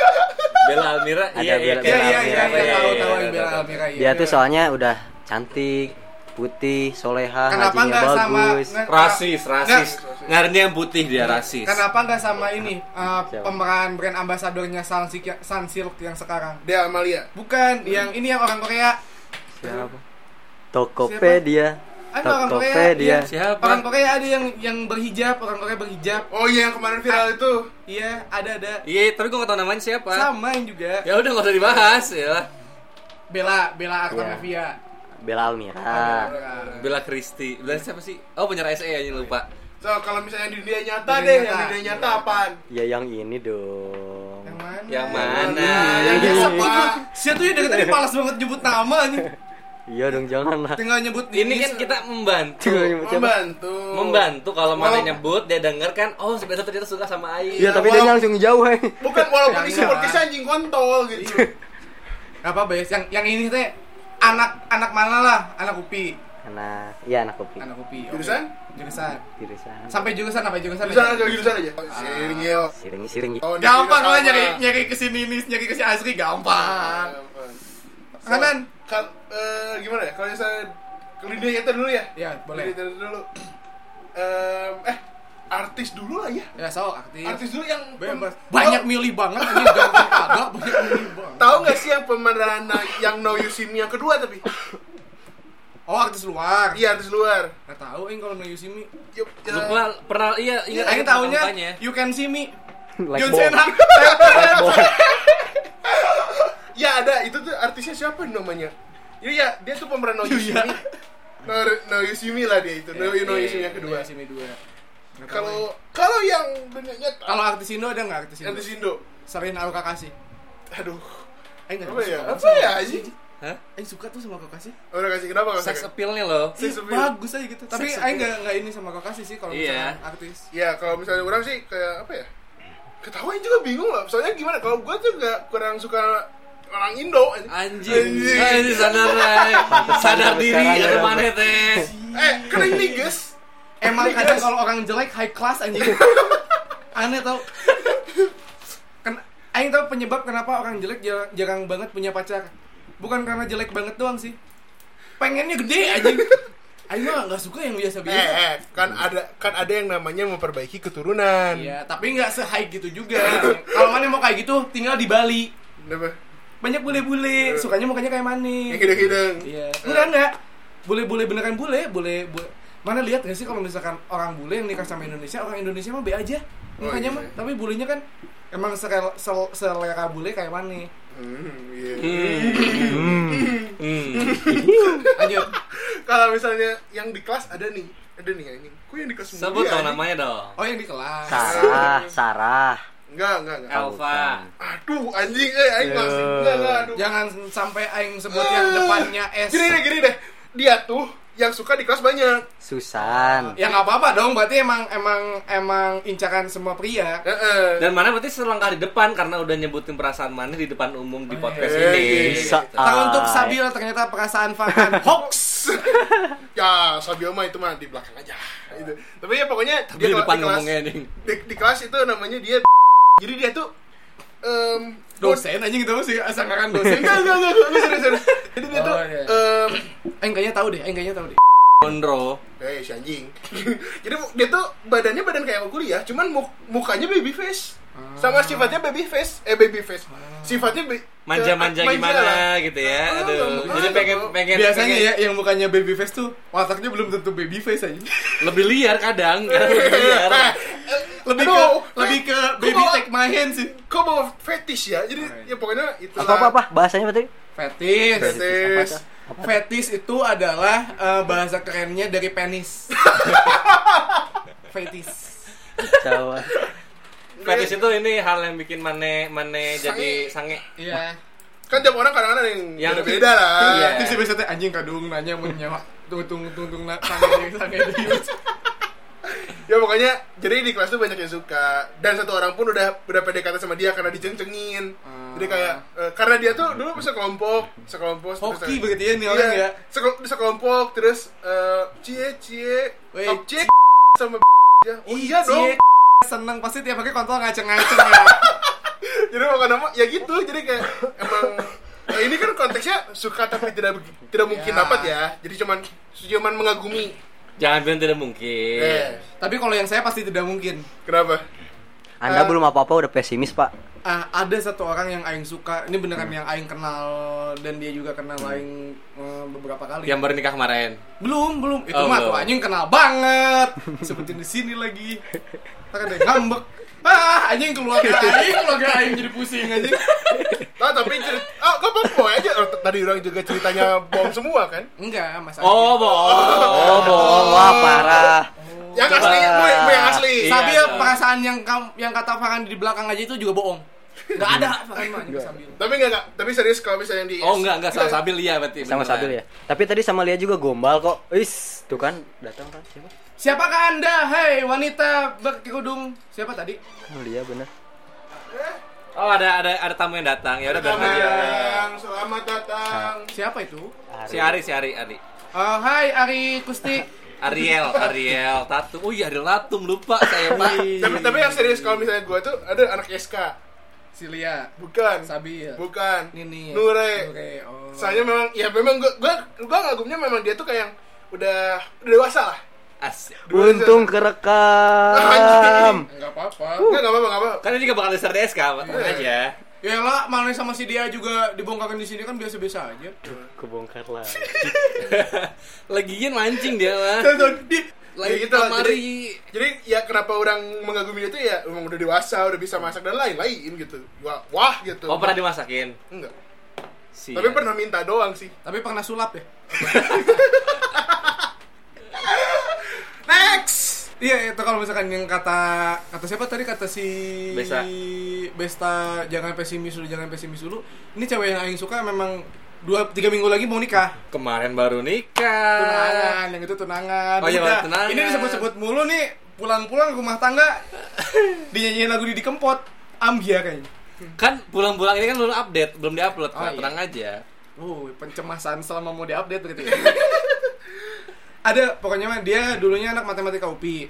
Speaker 4: Bella Almira.
Speaker 1: Ada
Speaker 2: Iya, tahu yang Bella Almira.
Speaker 1: Dia tuh soalnya udah cantik, putih, soleha,
Speaker 2: Kenapa
Speaker 1: hajinya
Speaker 2: nggak sama
Speaker 1: bagus.
Speaker 4: Rasis. Ngarannya yang putih dia rasis.
Speaker 2: Kenapa nggak sama ini pemeran brand ambasadornya Sunsilk yang sekarang?
Speaker 3: Dia Amalia.
Speaker 2: Bukan, yang orang Korea.
Speaker 1: Siapa? Tokopedia.
Speaker 2: Orang Korea.
Speaker 1: Tokopedia.
Speaker 4: Siapa?
Speaker 2: Orang Korea ada yang berhijab, orang Korea berhijab.
Speaker 3: Oh iya yang kemarin viral itu.
Speaker 2: Iya, ada.
Speaker 4: Iya, tapi gue nggak tahu namanya siapa.
Speaker 2: Sama yang juga.
Speaker 4: Ya udah nggak usah dibahas ya.
Speaker 2: Bella Artamevia.
Speaker 1: Bella Almira.
Speaker 4: Bella Christie. Bella siapa sih? Oh penyiar SE ya, lupa.
Speaker 3: So kalau misalnya di dunia nyata deh, yang di dunia nyata apaan?
Speaker 1: Ya yang ini dong.
Speaker 2: Yang
Speaker 4: mana?
Speaker 3: Yang siapa?
Speaker 2: Siapa tuh ya dari tadi malas banget nyebut nama nih.
Speaker 1: Iya dong, jangan lah.
Speaker 2: Tinggal nyebut
Speaker 4: Ini kan kita membantu.
Speaker 3: Membantu
Speaker 4: Kalau mana nyebut dia denger kan, oh sebenarnya ternyata suka sama Aing.
Speaker 1: Iya, tapi dia langsung jauh.
Speaker 3: Bukan walaupun isi podcast anjing kontol gitu.
Speaker 2: Apa Bes? Yang ini teh anak mana lah? Anak UPI.
Speaker 1: Anak kopi.
Speaker 2: Anak UPI.
Speaker 3: Jurusan?
Speaker 2: Sampai jurusan apa? Jurusan
Speaker 3: aja.
Speaker 1: Siring.
Speaker 3: Oh,
Speaker 2: gampang lah nyari kesini nih, nyari ke si Azri gampang. Kanan.
Speaker 3: Gimana ya? Kalau misalnya ke dunia nyata dulu ya?
Speaker 2: Ya, boleh.
Speaker 3: Dunia nyata dulu. Artis dulu lah ya.
Speaker 2: Ya, artis.
Speaker 3: Artis dulu yang
Speaker 2: bebas. Banyak milih banget ini gampang kagak banyak milih banget.
Speaker 3: Tahu enggak sih yang pemeran yang No You See Me yang kedua tapi?
Speaker 2: Oh, artis luar.
Speaker 3: Iya, artis luar.
Speaker 2: Enggak tahu kalau No You See Me.
Speaker 4: Lupa pernah ingat
Speaker 2: Aing tahunya You Can See Me.
Speaker 1: Like
Speaker 2: John Cena.
Speaker 3: Ya ada, itu tuh artisnya siapa namanya? Iya, dia tuh pemeran No You See Me. No You See Me lah dia itu. No You See Me yang kedua.
Speaker 2: No You See Me 2.
Speaker 3: Kalau yang dunia nyata.
Speaker 2: Kalau artis Indo ada enggak artis Indo?
Speaker 3: Artis Indo.
Speaker 2: Sarin Al-Kakasi.
Speaker 3: Aduh.
Speaker 2: Aing enggak
Speaker 3: Apa ya anjing?
Speaker 4: Hah?
Speaker 2: Aing suka tuh sama Kakasi.
Speaker 3: Oh, udah kasih kenapa enggak?
Speaker 4: Sex appeal-nya loh.
Speaker 2: Bagus aja gitu. Tapi Aing enggak ini sama Kakasi sih kalau misalnya artis.
Speaker 3: Iya, kalau misalnya orang sih kayak apa ya? Ketawain juga bingung lah. Soalnya gimana? Kalau gua tuh enggak kurang suka orang Indo.
Speaker 4: Anjing sadar diri atau mana teh?
Speaker 3: Keren nih guys.
Speaker 2: Emang kadang kalau orang jelek high class anjing. Aneh tau. Aing tau penyebab kenapa orang jelek jarang banget punya pacar. Bukan karena jelek banget doang sih. Pengennya gede anjing. Aing mah enggak suka yang biasa-biasa.
Speaker 3: Kan ada yang namanya memperbaiki keturunan.
Speaker 2: Iya, tapi enggak se-high gitu juga. Kalau mana mau kayak gitu tinggal di Bali.
Speaker 3: Kenapa?
Speaker 2: Banyak bule-bule, sukanya mukanya kayak mana?
Speaker 3: Yang hidung-hidung.
Speaker 2: Iya. Enggak. Bule-bule beneran bule. Mana lihat nggak sih kalau misalkan orang bule yang nikah sama Indonesia, orang Indonesia mah be aja mukanya mah, tapi bulenya kan emang selera bule kayak mana? Lanjut.
Speaker 3: Kalau misalnya yang di kelas ada nih anjing. Kok yang di kelas
Speaker 4: sebut dong namanya dong.
Speaker 2: Oh yang di kelas.
Speaker 1: Sarah.
Speaker 3: Enggak.
Speaker 4: Elva.
Speaker 3: Aduh anjing, aing enggak.
Speaker 2: Jangan sampai aing sebut yang depannya S.
Speaker 3: Gini deh. Dia tuh yang suka di kelas banyak.
Speaker 1: Susan.
Speaker 2: Ya nggak apa-apa dong, berarti emang incaran semua pria.
Speaker 4: Dan mana berarti selangkah di depan karena udah nyebutin perasaan mana di depan umum di podcast ini.
Speaker 2: Untuk Sabil ternyata perasaan Farhan hoax.
Speaker 3: Ya, Sabil mah itu mah di belakang aja. Itu. Tapi ya pokoknya
Speaker 4: di depan ngomongnya nih.
Speaker 3: Di kelas itu namanya dia jadi dia tuh
Speaker 2: dosen anjing gitu sih, asal ngaran dosen.
Speaker 3: Enggak, serius. Jadi dia tuh
Speaker 2: kayaknya tahu deh.
Speaker 4: Mondro.
Speaker 3: Si anjing. Jadi dia tuh badannya badan kayak kuliah, cuman mukanya baby face. Sama sifatnya baby face. Sifatnya
Speaker 4: manja-manja gimana gitu ya. Aduh. Jadi pengen
Speaker 2: biasanya ya yang mukanya baby face tuh wataknya belum tentu baby face aja.
Speaker 4: Lebih liar kadang. Lebih liar.
Speaker 2: Lebih ke baby take my hand sih.
Speaker 3: Kok bawa fetish ya? Jadi ya pokoknya itu
Speaker 1: apa bahasanya berarti?
Speaker 2: Fetish. Fetish itu adalah bahasa kerennya dari penis. Fetish.
Speaker 1: Jawa.
Speaker 4: Fetish itu ini hal yang bikin mane jadi sange.
Speaker 2: Iya.
Speaker 3: Kan tiap orang kadang-kadang yang beda lah.
Speaker 2: Iya. Terus biasanya anjing kadung nanya mau nyawa tung sange dia.
Speaker 3: Ya pokoknya jadi di kelas tuh banyak yang suka dan satu orang pun udah PDKT sama dia karena diceng-cengin. Jadi kayak karena dia tuh dulu sekelompok
Speaker 2: hoki begitu ya nih orang ya.
Speaker 3: Sekelompok terus cie sama ya. Oh iya dong.
Speaker 2: Seneng pasti tiap pagi kontol ngaceng-ngaceng ya.
Speaker 3: Jadi makan nama ya gitu. Jadi kayak emang ini kan konteksnya suka tapi tidak mungkin dapat ya. Jadi cuman mengagumi.
Speaker 4: Jangan bilang tidak mungkin.
Speaker 2: Tapi kalau yang saya pasti tidak mungkin.
Speaker 3: Kenapa?
Speaker 1: Anda belum apa-apa udah pesimis, Pak.
Speaker 2: Ada satu orang yang aing suka. Ini beneran yang aing kenal dan dia juga kenal aing beberapa kali.
Speaker 4: Yang baru nikah kemarin.
Speaker 2: Belum. Itu mah tuh anjing kenal banget. Sebutin di sini lagi. Kan ada ngambek. Anjing keluarga aing jadi pusing anjing.
Speaker 3: Nah, tapi gak apa-apa aja. Tadi orang juga ceritanya bohong semua kan?
Speaker 2: Enggak, Mas.
Speaker 1: Bohong. Wah, parah.
Speaker 3: Yang asli, yang asli.
Speaker 2: Sabil perasaan yang kata Farhan di belakang aja itu juga bohong. Enggak ada Farhan mah Sabil.
Speaker 3: Tapi serius kalau misalnya di
Speaker 4: enggak sama Sabil iya berarti.
Speaker 1: Sama Sabil ya. Tapi tadi sama Lia juga gombal kok. Wis, tuh kan datang kan siapa?
Speaker 2: Siapakah Anda? Hei, wanita berkerudung. Siapa tadi?
Speaker 1: Lia bener.
Speaker 4: Oh, ada tamu yang datang. Ya udah biar aja.
Speaker 3: Selamat datang.
Speaker 2: Siapa itu?
Speaker 4: Si Ari.
Speaker 2: Hai Ari Kustik.
Speaker 4: Ariel Tatum. Oh iya, Ariel Tatum, lupa saya, Pak.
Speaker 3: Tapi yang serius kalau misalnya gue tuh ada anak SK.
Speaker 2: Silia.
Speaker 3: Bukan.
Speaker 2: Sabil.
Speaker 3: Bukan.
Speaker 2: Nini.
Speaker 3: Nure.
Speaker 2: Oh.
Speaker 3: Saya memang gue ngagumnya memang dia tuh kayak yang udah dewasa lah.
Speaker 4: Asik.
Speaker 1: Untung kerekam.
Speaker 2: Enggak apa-apa.
Speaker 3: Enggak apa-apa.
Speaker 4: Kan ini juga bakal besar DSK, aja.
Speaker 2: Ya lah, Mane sama si dia juga dibongkarkan di sini kan biasa-biasa aja.
Speaker 1: Kebongkar lah.
Speaker 4: Lagian mancing dia mah.
Speaker 3: Lagi gitu lah. Jadi ya kenapa orang mengagumi itu ya emang udah dewasa, udah bisa masak dan lain-lain gitu. Wah gitu.
Speaker 4: Oh, pernah dimasakin?
Speaker 3: Enggak. Tapi pernah minta doang sih.
Speaker 2: Tapi pernah sulap ya?
Speaker 3: Next.
Speaker 2: Iya, itu kalau misalkan yang kata siapa tadi, kata si Besta jangan pesimis dulu. Ini cewek yang aing suka memang 2-3 minggu lagi mau nikah.
Speaker 4: Kemarin baru nikah.
Speaker 2: Tunangan.
Speaker 4: Oh iya, tunangan.
Speaker 2: Ini disebut-sebut mulu nih, pulang-pulang rumah tangga dinyanyiin lagu Didi Kempot. Ambiar kayaknya.
Speaker 4: Kan pulang-pulang ini kan belum update, belum diupload. Tenang aja.
Speaker 2: Pencemasan selama mau diupdate gitu ya. Ada pokoknya mah dia dulunya anak matematika UPI.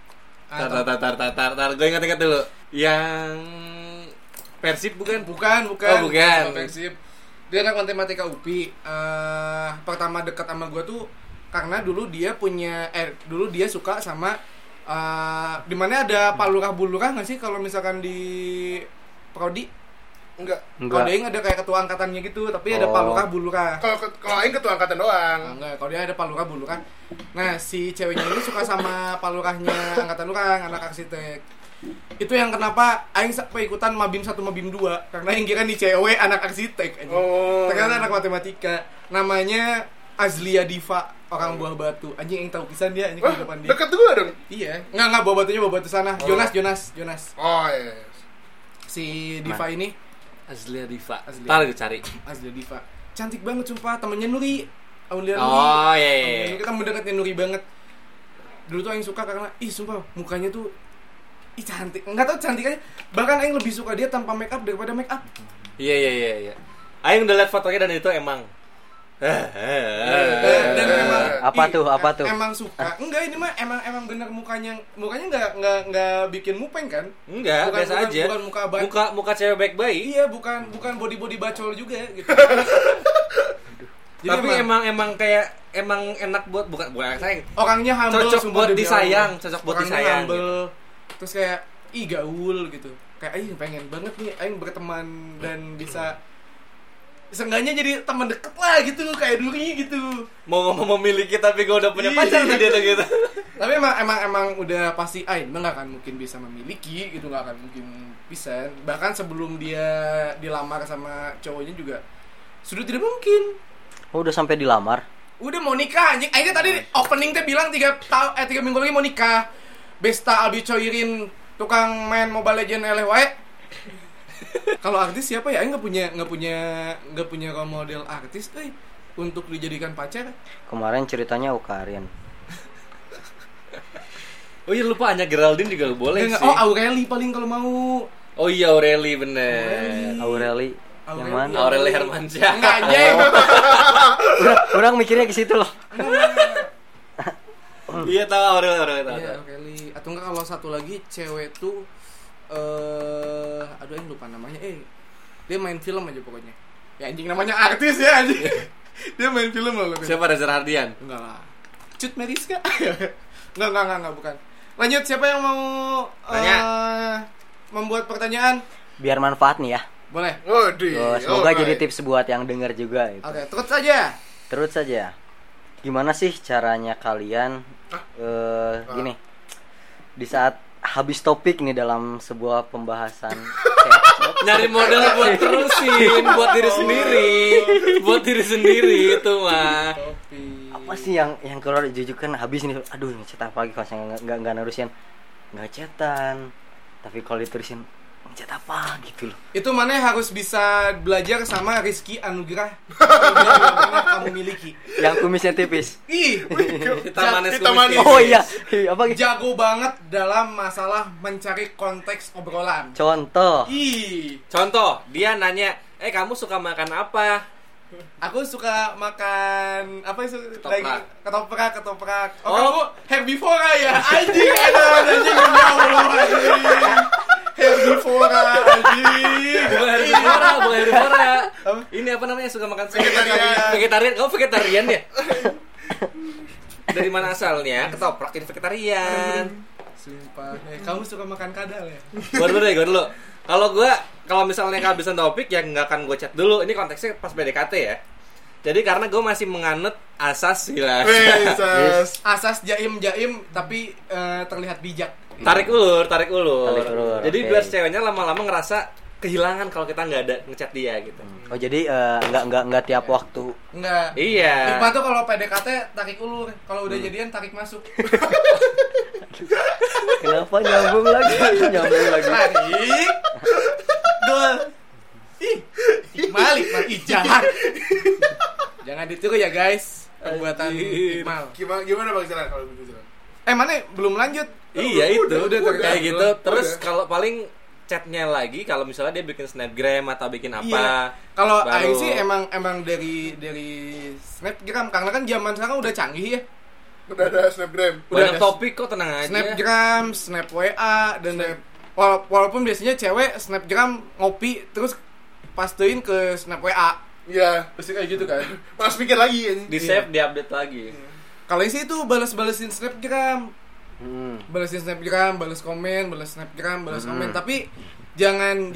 Speaker 4: Tar, gue ingat dulu. Yang Persib bukan?
Speaker 2: Bukan.
Speaker 4: Oh, bukan.
Speaker 2: Persib. Dia anak matematika UPI. Pertama dekat sama gue tuh karena dulu dia suka sama di mana ada palurah bulurah nggak sih kalau misalkan di prodi?
Speaker 3: Enggak.
Speaker 2: Kalau dia ada kayak ketua angkatannya gitu, tapi ada palurah bulurah.
Speaker 3: Kalau aing ketua angkatan doang.
Speaker 2: Enggak, kalau dia ada palurah bulurah. Nah, si ceweknya ini suka sama palurahnya angkatan orang, anak arsitek. Itu yang kenapa aing sampai ikutan Mabim 1 Mabim 2 karena yang kira nih cewek anak arsitek aja. Ternyata anak matematika. Namanya Azlia Diva, orang Buah Batu. Anjing yang tahu pisan dia anjing di depan dia.
Speaker 3: Dekat gua dong.
Speaker 2: Iya. Enggak Buah Batunya Buah Batu sana. Jonas.
Speaker 3: Oh iya.
Speaker 2: Si Diva ini
Speaker 4: Azlia Diva. Ntar gue cari.
Speaker 2: Azlia Diva. Cantik banget sumpah, temennya Nuri. Aulia
Speaker 4: Oh iya.
Speaker 2: Kita mendekatnya Nuri banget. Dulu tuh Aing suka karena sumpah mukanya tuh cantik. Enggak tahu cantik aja. Bahkan Aing lebih suka dia tanpa make up daripada make up.
Speaker 4: Iya. Aing udah lihat fotonya dan itu emang
Speaker 2: dan memang
Speaker 1: apa tuh?
Speaker 2: Emang suka. Enggak, ini mah emang bener mukanya enggak bikin mupeng kan?
Speaker 4: Enggak, biasa aja.
Speaker 2: Bukan
Speaker 4: muka cewek baik-baik.
Speaker 2: Iya, bukan body bacol juga gitu.
Speaker 4: Jadi tapi emang kayak emang enak buat bukan sayang.
Speaker 2: Orangnya humble,
Speaker 4: cocok buat disayang.
Speaker 2: Humble, gitu. Terus kayak gaul gitu. Kayak Aing pengen banget nih Aing berteman dan bisa seenggaknya jadi teman deket lah gitu kayak Duri gitu.
Speaker 4: Mau ngomong memiliki tapi gue udah punya pacar tadi atau gitu.
Speaker 2: Tapi emang udah pasti Aing nggak akan mungkin bisa memiliki gitu, nggak akan mungkin bisa. Bahkan sebelum dia dilamar sama cowoknya juga sudah tidak mungkin.
Speaker 1: Oh, udah sampai dilamar.
Speaker 2: Udah mau nikah anjing. Akhirnya tadi opening teh bilang 3 minggu lagi mau nikah. Besta Abi Coirin tukang main Mobile Legends LWE. Kalau artis siapa ya? Aing enggak punya role model artis untuk dijadikan pacar.
Speaker 1: Kemarin ceritanya Ukarin.
Speaker 4: Oh iya lupa Anya Geraldine juga boleh sih.
Speaker 2: Oh, Aureli paling kalau mau.
Speaker 4: Oh iya Aureli bener.
Speaker 1: Aureli. Yang mana?
Speaker 4: Aureli Hermansyah.
Speaker 2: Enggak anjing.
Speaker 1: Orang mikirnya ke situ loh.
Speaker 4: Iya tahu Aureli.
Speaker 2: Iya, Aureli. Atau enggak kalau satu lagi cewek tuh aduh yang lupa namanya. Dia main film aja pokoknya. Ya anjing namanya artis ya anjing. Dia main film loh.
Speaker 4: Siapa, Reza Hardian?
Speaker 2: Enggak lah. Cut Meriska. Enggak bukan. Lanjut, siapa yang mau membuat pertanyaan?
Speaker 1: Biar manfaat nih ya.
Speaker 2: Boleh.
Speaker 1: Semoga jadi tips buat yang denger juga gitu.
Speaker 2: Oke, terus saja. Gimana sih caranya kalian gini di saat habis topik nih dalam sebuah pembahasan
Speaker 4: nyari modal buat terusin buat diri sendiri itu mah.
Speaker 1: Apa sih yang keluar jujukan habis nih, aduh ngecet apa lagi kalau saya nggak nerusin, nggak cetan, tapi kalau diterusin ngecet apa gitu loh.
Speaker 2: Itu mana harus bisa belajar sama Rizky Anugrah yang kamu miliki,
Speaker 1: yang kumisnya tipis.
Speaker 4: Hitam manis.
Speaker 1: Oh iya, apa gitu?
Speaker 2: Jago banget dalam masalah mencari konteks obrolan.
Speaker 1: Contoh,
Speaker 4: dia nanya, kamu suka makan apa?
Speaker 2: Aku suka makan apa itu lagi ketoprak. Oh, kamu herbivora ya? Anjing anjing ya Allah anjing. Herbivora anjing.
Speaker 4: Bukan herbivora. Ini apa namanya, suka makan vegetarian. Oh, vegetarian ya? Dari mana asalnya? Ketoprak jadi vegetarian.
Speaker 2: Sumpah. Kamu suka makan kadal ya?
Speaker 4: Gue dulu. Kalau misalnya kehabisan topik ya nggak akan gue chat dulu. Ini konteksnya pas PDKT ya. Jadi karena gue masih menganut asas
Speaker 2: asas jaim tapi terlihat bijak.
Speaker 4: Tarik ulur. Jadi
Speaker 1: okay.
Speaker 4: Biar ceweknya lama-lama ngerasa kehilangan kalau kita nggak ada ngechat dia gitu.
Speaker 1: Oh jadi nggak tiap waktu.
Speaker 2: Enggak.
Speaker 4: Iya.
Speaker 2: Hikmah tuh kalau PDKT tarik ulur, kalau udah jadian tarik masuk.
Speaker 1: Kenapa nyambung lagi?
Speaker 2: Tarik. Gol. Malik, jangan ditiru ya guys. Perbuatan Iqmal.
Speaker 3: Gimana Bang Jalan kalau begitu?
Speaker 2: Mana belum lanjut?
Speaker 4: Iya itu. Udah kayak gitu. Terus
Speaker 3: udah.
Speaker 4: Kalau paling chatnya lagi kalau misalnya dia bikin snapgram atau bikin apa.
Speaker 2: Iya. Kalau Aing sih emang dari snapgram karena kan zaman sekarang udah canggih ya.
Speaker 3: Udah ada snapgram.
Speaker 4: Banyak topik kok, tenang aja.
Speaker 2: Snapgram, snap WA dan walaupun biasanya cewek snapgram ngopi terus pastein ke snap WA.
Speaker 3: Iya,
Speaker 2: pasti kayak gitu kan.
Speaker 3: Mas pikir lagi ini.
Speaker 4: Di save, di update lagi.
Speaker 2: Kalau sih itu balas-balasin snapgram. Balasin snapgram, balas komen, balas snapgram, balas komen. Tapi jangan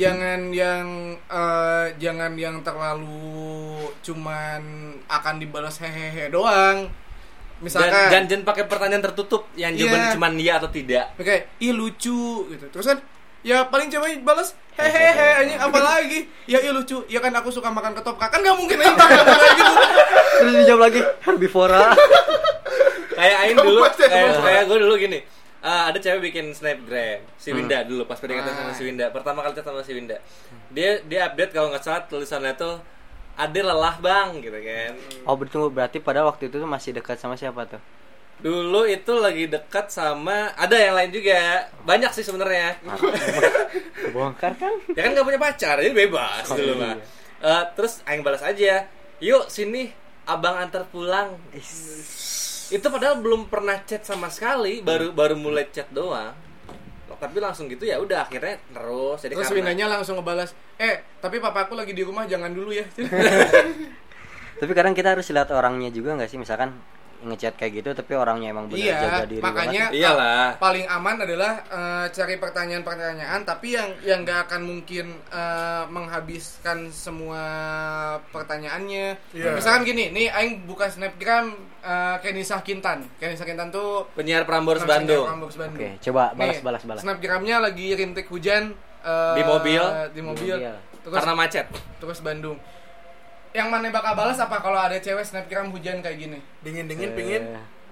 Speaker 2: yang terlalu cuman akan dibalas hehehe doang. Misalkan
Speaker 4: jangan pakai pertanyaan tertutup yang jawabannya cuma iya atau tidak.
Speaker 2: Oke, lucu gitu. Terus kan ya paling cewek balas hehehe anjing apa lagi? Ya lucu. Ya kan aku suka makan ketoprak. Kan enggak mungkin aja kayak gitu.
Speaker 1: Terus dijawab lagi herbivora.
Speaker 4: Kayak Ain dulu, kayak gue dulu gini. Ada cewek bikin snapgram si Winda dulu pas PDKT sama si Winda. Pertama kali chat sama si Winda. Dia update kalau nggak salah tulisannya tuh Ade lelah bang gitu kan.
Speaker 1: Oh betul, berarti pada waktu itu tuh masih dekat sama siapa tuh?
Speaker 4: Dulu itu lagi dekat sama ada yang lain juga, banyak sih sebenarnya.
Speaker 1: Kebongkar kan?
Speaker 4: Ya kan nggak punya pacar, jadi bebas dulu mah. Terus aing balas aja, yuk sini abang antar pulang. Itu padahal belum pernah chat sama sekali, baru mulai chat doang. Tapi langsung gitu ya udah akhirnya terus. Jadi
Speaker 2: terus Windanya langsung ngebalas, tapi papaku lagi di rumah, jangan dulu ya.
Speaker 1: Tapi kadang kita harus lihat orangnya juga nggak sih, misalkan ngechat kayak gitu tapi orangnya emang benar jaga diri
Speaker 2: makanya
Speaker 4: iyalah.
Speaker 2: Paling aman adalah cari pertanyaan-pertanyaan tapi yang nggak akan mungkin menghabiskan semua pertanyaannya. Misalkan gini, nih aing buka snapgram Kenisa Kintan tuh
Speaker 4: penyiar Prambors Bandung.
Speaker 1: Oke, coba balas.
Speaker 2: Snapgramnya lagi rintik hujan
Speaker 4: di mobil.
Speaker 2: Terus,
Speaker 4: karena macet.
Speaker 2: Terus Bandung. Yang mana bakal balas apa kalau ada cewek snapgram hujan kayak gini?
Speaker 3: Dingin pingin.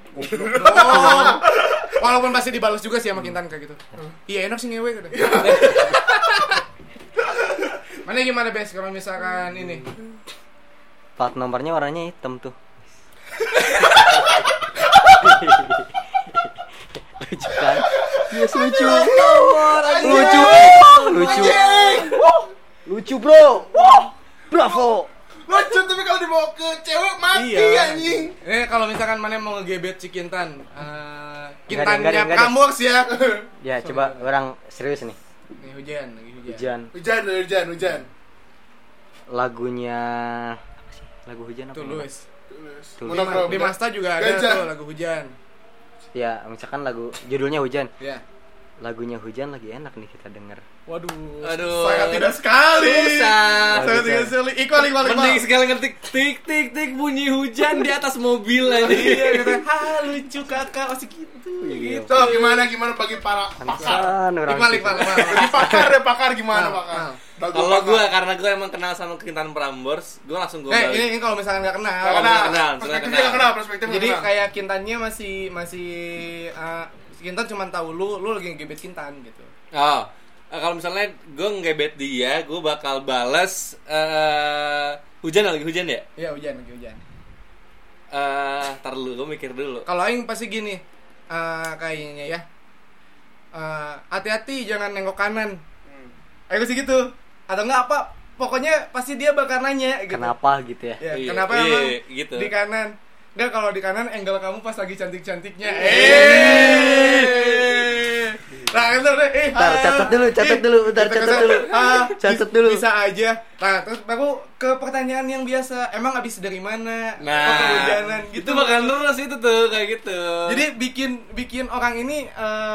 Speaker 2: Walaupun pasti dibalas juga sih sama Kintan kayak gitu. Iya enak sih ngewe gitu. Mana gimana Bes kalau misalkan ini?
Speaker 1: Plat nomornya warnanya hitam tuh. Lucu kan? Yes, lucu. Lucu bro. Bravo.
Speaker 3: Lucu tapi kalau dibawa ke cewek mati anjing.
Speaker 2: Kalau misalkan mana mau ngegebet si Kintan, Kintannya Prambors ya.
Speaker 1: Ya coba orang serius nih.
Speaker 2: Nih hujan.
Speaker 3: Hujan.
Speaker 1: Lagunya apa sih? Lagu hujan apa?
Speaker 2: Tulus.
Speaker 1: Tulus.
Speaker 2: Di Masta juga ada tuh lagu hujan.
Speaker 1: Ya, misalkan lagu judulnya hujan.
Speaker 2: Ya.
Speaker 1: Lagunya hujan lagi enak nih kita denger.
Speaker 2: Waduh.
Speaker 3: Sangat tidak sekali.
Speaker 2: Sangat tidak sekali. Iqbal.
Speaker 4: Mending sekali ngetik tik bunyi hujan di atas mobil aja.
Speaker 2: Iya gitu. Lucu kakak masih gitu.
Speaker 3: Gitu. Gimana bagi para pakar?
Speaker 2: Iqbal.
Speaker 3: Bagi pakar gimana pakar?
Speaker 4: Kalau gue karena gue emang kenal sama Kintan Prambors, gue langsung gue balik.
Speaker 2: Ini kalau misalkan nggak kenal.
Speaker 3: Perspektifnya
Speaker 2: jadi kayak Kintannya masih Kintan cuma tahu lu lagi ngegebet Kintan gitu.
Speaker 4: Oh, kalau misalnya gue ngegebet dia, gue bakal balas lagi hujan ya?
Speaker 2: Iya lagi hujan.
Speaker 4: Tar dulu, gue mikir dulu.
Speaker 2: Kalau aing pasti gini, kayaknya ya. Hati-hati jangan nengok kanan. Aing sih gitu. Atau enggak apa? Pokoknya pasti dia bakal nanya gitu.
Speaker 1: Kenapa gitu ya?
Speaker 2: Ya kenapa emang
Speaker 4: gitu.
Speaker 2: Di kanan? Enggak, kalau di kanan angle kamu pas lagi cantik-cantiknya. Nah, entar deh.
Speaker 1: Catat dulu.
Speaker 2: Bisa aja. Nah, terus baru ke pertanyaan yang biasa. Emang habis dari mana?
Speaker 4: Nah,
Speaker 2: kehujanan gitu.
Speaker 4: Itu bakal terus itu tuh kayak gitu.
Speaker 2: Jadi bikin orang ini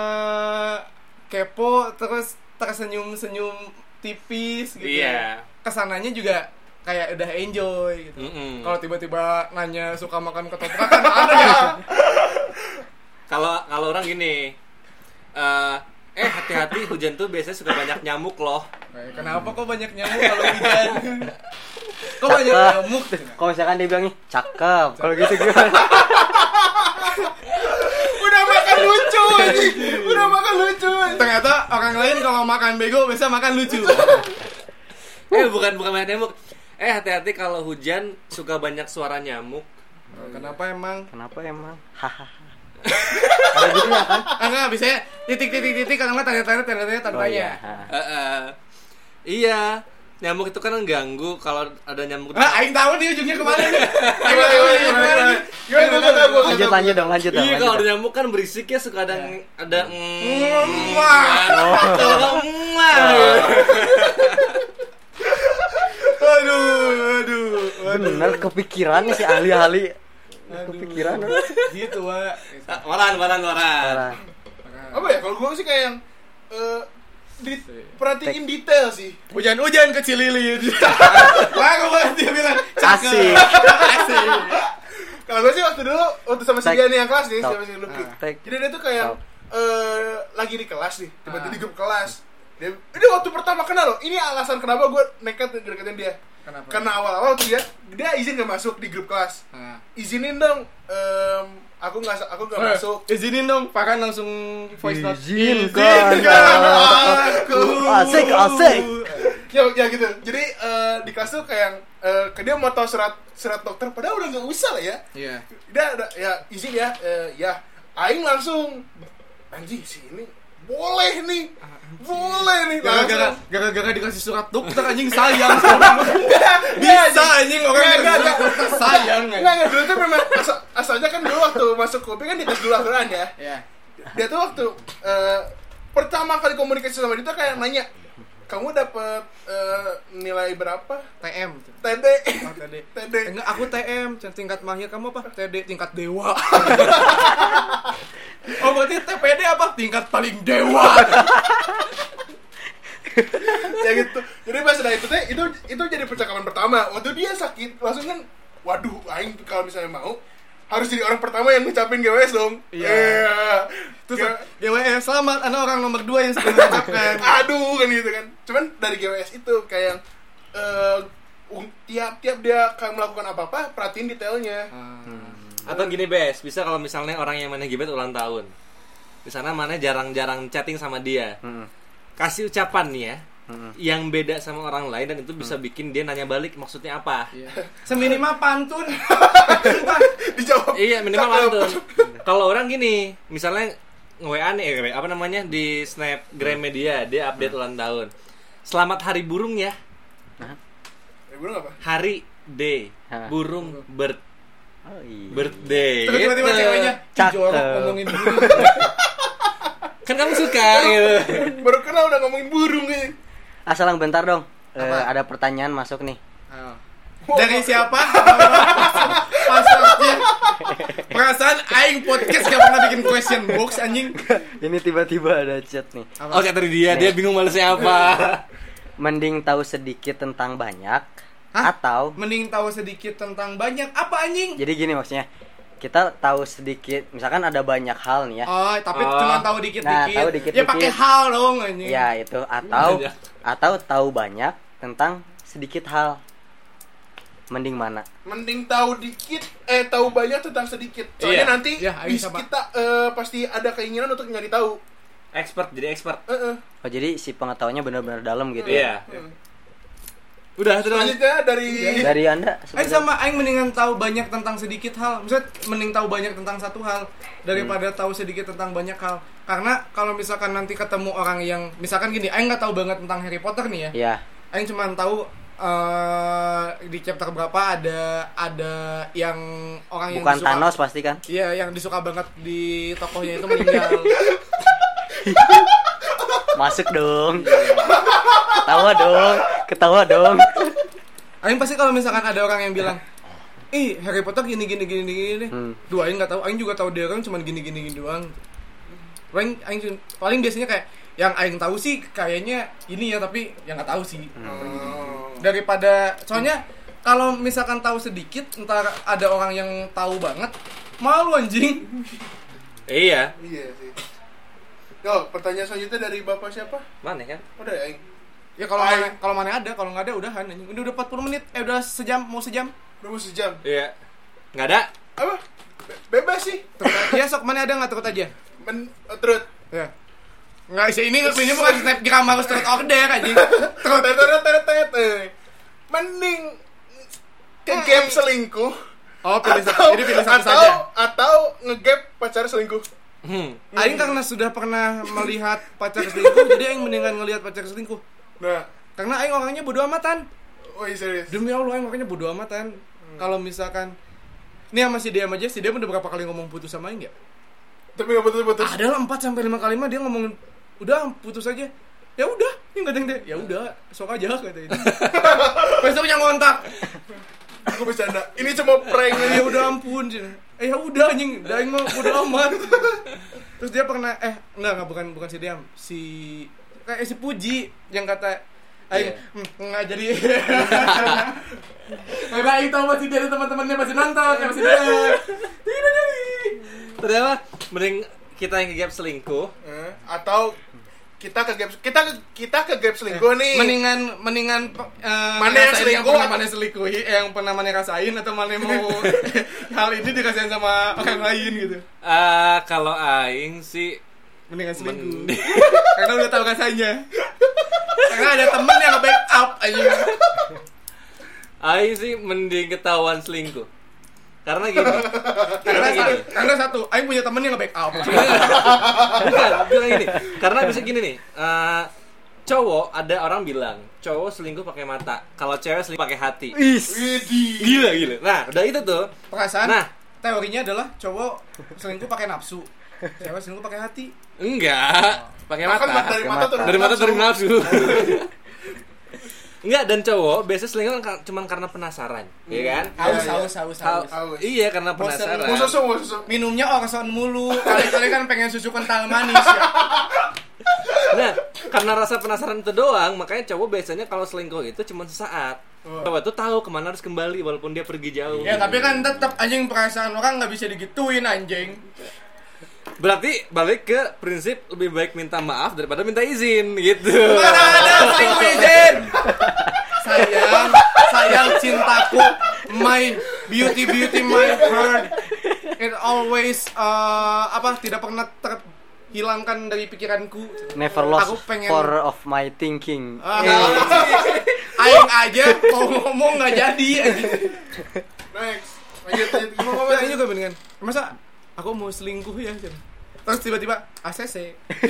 Speaker 2: kepo terus tersenyum-senyum tipis gitu.
Speaker 4: Iya.
Speaker 2: Kesananya juga kayak udah enjoy gitu. Kalau tiba-tiba nanya suka makan ketoprak kan ada ya.
Speaker 4: Kalau orang gini, hati-hati hujan tuh biasanya suka banyak nyamuk loh.
Speaker 2: Kenapa kok banyak nyamuk kalau hujan? Kok banyak nyamuk?
Speaker 1: Kalau misalkan dia bilangnya cakep, kalau gitu gimana?
Speaker 3: Udah makan lucu.
Speaker 2: Ternyata orang lain kalau makan bego bisa makan lucu.
Speaker 4: Bukan banyak nyamuk. Hati-hati kalau hujan suka banyak suara nyamuk.
Speaker 2: Kenapa emang?
Speaker 1: Hahaha. Ada gitu ya kan?
Speaker 2: Enggak, biasanya titik kalau enggak tanda-tanya.
Speaker 4: Iya. Nyamuk itu kan mengganggu kalau ada nyamuk.
Speaker 2: Aing tahu di ujungnya kemana nih.
Speaker 1: Lanjut dong.
Speaker 4: Iya, kalau ada nyamuk kan berisik ya, suka ada
Speaker 2: Aduh.
Speaker 1: Bener kepikirannya si ahli-ahli. Kepikiran.
Speaker 2: Gitu, Wak.
Speaker 4: Waran.
Speaker 3: Apa ya? Kalau gue sih kayak yang perhatiin detail sih.
Speaker 2: Hujan kecil lilin. Lagu banget dia bilang
Speaker 1: Asik.
Speaker 3: Kalau gue sih waktu sama si Gianni yang kelas nih, sama si Lucky. Jadi dia tuh kayak lagi di kelas nih, tiba-tiba di grup kelas. Dia waktu pertama kenal loh. Ini alasan kenapa gue nekat deketin dia.
Speaker 2: Kenapa?
Speaker 3: Karena awal-awal tuh dia izin gak masuk di grup kelas. Izinin dong. Aku nggak masuk.
Speaker 2: Izinin dong, Pakan langsung voice note.
Speaker 1: Izinkan
Speaker 3: aku.
Speaker 1: Asik.
Speaker 3: Ya gitu. Jadi di kelas tuh kayak dia mau tahu surat dokter, padahal udah nggak usah lah ya.
Speaker 2: Iya.
Speaker 3: Dia ada ya izin ya, ya aing langsung anjing sini boleh nih
Speaker 2: gara-gara dikasih surat dokter anjing sayang bisa anjing orang dokter sayang
Speaker 3: nggak dulu tuh memang asalnya kan dulu waktu masuk kopi kan dikasih dulu Al-Quran ya. Dia tuh waktu pertama kali komunikasi sama dia tuh kayak nanya, kamu dapat nilai berapa?
Speaker 2: TM.
Speaker 3: TD.
Speaker 2: Enggak, aku TM, tingkat mahir. Kamu apa? TD, tingkat dewa. Oh, berarti TPD apa? Tingkat paling dewa.
Speaker 3: Ya gitu. Jadi pas udah itu jadi percakapan pertama. Waktu dia sakit, langsung kan, waduh, aing kalau misalnya mau harus jadi orang pertama yang ngucapin GWS dong.
Speaker 2: Iya. Terus GWS selamat, anak orang nomor 2 yang sudah mengucapkan.
Speaker 3: Aduh kan gitu kan. Cuman dari GWS itu kayak tiap dia akan melakukan apa-apa, perhatiin detailnya.
Speaker 4: Atau gini Bes, bisa kalau misalnya orang yang mana gibet ulang tahun, di sana mana jarang-jarang chatting sama dia, kasih ucapan nih ya, yang beda sama orang lain dan itu bisa bikin dia nanya balik maksudnya apa.
Speaker 2: Seminimal pantun.
Speaker 3: Dijawab.
Speaker 4: Iya, minimal pantun. Kalau orang gini, misalnya nge-WA nih, apa namanya di Snapgram media, dia update ulang tahun. Selamat hari burung ya.
Speaker 3: Burung apa?
Speaker 4: Hari day, burung bird.
Speaker 1: Oh, iya.
Speaker 4: Birthday.
Speaker 2: Terus tiba-tiba ceweknya jorok ngomongin burung.
Speaker 4: Kan kamu suka gitu.
Speaker 3: Baru kenal udah ngomongin burung nih.
Speaker 1: Salang bentar dong. Ada pertanyaan masuk nih.
Speaker 2: Dari siapa? Pasarnya. Perasaan aing podcast gak pernah bikin question box anjing.
Speaker 1: Ini tiba-tiba ada chat nih.
Speaker 4: Oh, chat dari dia bingung balasnya apa.
Speaker 1: Mending tahu sedikit tentang banyak. Atau
Speaker 2: mending tahu sedikit tentang banyak apa anjing?
Speaker 1: Jadi gini maksudnya, kita tahu sedikit, misalkan ada banyak hal nih ya.
Speaker 2: Oh, tapi cuma tahu dikit-dikit.
Speaker 1: Tahu dikit-dikit.
Speaker 2: Ya pakai hal dong anjing.
Speaker 1: Ya itu atau tahu banyak tentang sedikit hal. Mending mana?
Speaker 3: Mending tahu dikit, tahu banyak tentang sedikit. Soalnya nanti kita pasti ada keinginan untuk nyari tahu.
Speaker 4: Jadi expert.
Speaker 1: Oh, jadi si pengetahuannya benar-benar dalam gitu
Speaker 4: ya. Udah,
Speaker 3: selanjutnya
Speaker 1: dari Anda.
Speaker 2: Aing sama aing mendingan tahu banyak tentang sedikit hal. Misalnya mending tahu banyak tentang satu hal daripada tahu sedikit tentang banyak hal. Karena kalau misalkan nanti ketemu orang yang misalkan gini, aing enggak tahu banget tentang Harry Potter nih ya.
Speaker 1: Iya.
Speaker 2: Aing cuma tahu di chapter berapa ada yang orang
Speaker 1: bukan
Speaker 2: yang disuka,
Speaker 1: Thanos pasti kan?
Speaker 2: Iya, yang disuka banget di tokohnya itu meninggal.
Speaker 1: Masuk dong. Ketawa dong.
Speaker 2: Aing pasti kalau misalkan ada orang yang bilang, Harry Potter gini. Duh, aing enggak tahu. Aing juga tahu dia kan cuma gini doang. Aing paling biasanya kayak yang aing tahu sih kayaknya ini ya, tapi yang enggak tahu sih. Daripada soalnya kalau misalkan tahu sedikit, entar ada orang yang tahu banget, malu anjing.
Speaker 4: Iya
Speaker 3: sih. Yo, pertanyaan selanjutnya dari Bapak siapa?
Speaker 4: Mana kan?
Speaker 3: Udah aing.
Speaker 2: Ya kalau mana ada, kalau enggak ada udahan anjing. Udah 40 menit. Udah sejam, mau sejam.
Speaker 3: Udah mau sejam.
Speaker 4: Iya. Enggak ada.
Speaker 3: Apa? Bebas sih.
Speaker 2: Ya sok mana ada enggak turut aja.
Speaker 3: Terus.
Speaker 2: Ya. Enggak sih, ini bukan Snapgram harus turut order anjing.
Speaker 3: Terus. Mending ke game selingkuh.
Speaker 2: Oh, pilih satu saja.
Speaker 3: Atau nge-gap pacar selingkuh.
Speaker 2: Aing karena sudah pernah melihat pacar selingkuh, jadi aing mendingan ngelihat pacar selingkuh.
Speaker 3: Nah,
Speaker 2: karena aing orangnya bodo amatan.
Speaker 3: Oh, iya serius.
Speaker 2: Demi Allah, aing orangnya bodo amatan. Kalau misalkan ini sama si Diam aja, si Diam udah berapa kali ngomong putus sama aing enggak?
Speaker 3: Tapi enggak putus.
Speaker 2: Adalah 4 sampai 5 kali mah dia ngomongin udah putus aja. Ya udah, ini enggak ada yang ya udah, sok aja katanya. Besoknya ngontak.
Speaker 3: Aku bercanda. Ini cuma prank.
Speaker 2: Ya udah ampun. Ya udah anjing, aing mah bodo amat. Terus dia pernah bukan si Diam, si Puji yang kata aing enggak jadi. Karena aing tahu masih dari teman-temannya masih nonton, masih tidak jadi.
Speaker 4: Ternyata mending kita yang ke-gap selingkuh
Speaker 3: atau kita ke gap selingkuh nih.
Speaker 2: Mendingan
Speaker 3: mana yang selingkuh,
Speaker 2: mana selingkuhi, yang pernah mana rasain atau mana mau hal ini dirasain sama orang lain gitu.
Speaker 4: Kalau aing sih
Speaker 2: mendingan selingkuh. Karena udah tahu rasanya. Karena ada temen yang nge-backup aja.
Speaker 4: Aing sih mending ketahuan selingkuh. Karena gini.
Speaker 2: Karena satu, Aing punya temen yang nge-backup.
Speaker 4: Bukan, bilang gini. Karena bisa gini nih. Cowok ada orang bilang cowok selingkuh pakai mata, kalau cewek selingkuh pakai hati. Gila. Nah, udah itu tuh.
Speaker 2: Perasaan. Nah, teorinya adalah cowok selingkuh pakai nafsu, cewek selingkuh pakai hati.
Speaker 4: Enggak, pakai mata.
Speaker 3: Dari mata
Speaker 4: dari nafsu. Enggak, dan cowok biasanya selingkuh cuma karena penasaran, ya kan?
Speaker 2: Haus.
Speaker 4: Iya, karena penasaran.
Speaker 3: Susu.
Speaker 2: Minumnya orson mulu. Kali-kali kan pengen susu kental manis ya.
Speaker 4: Nah, karena rasa penasaran itu doang, makanya cowok biasanya kalau selingkuh itu cuma sesaat. Cowok tuh tahu kemana harus kembali walaupun dia pergi jauh.
Speaker 2: Ya, tapi kan tetap anjing perasaan orang nggak bisa digituin anjing.
Speaker 4: Berarti balik ke prinsip lebih baik minta maaf daripada minta izin gitu.
Speaker 2: Mana ada selingkuh izin. Sayang cintaku, my beauty my heart. It always tidak pernah hilangkan dari pikiranku.
Speaker 1: Never lost for of my thinking.
Speaker 2: Aing aja mau ngomong nggak jadi.
Speaker 3: Next. Lanjut.
Speaker 2: Aing juga bener kan. Masa aku mau selingkuh ya? Terus tiba-tiba ACC.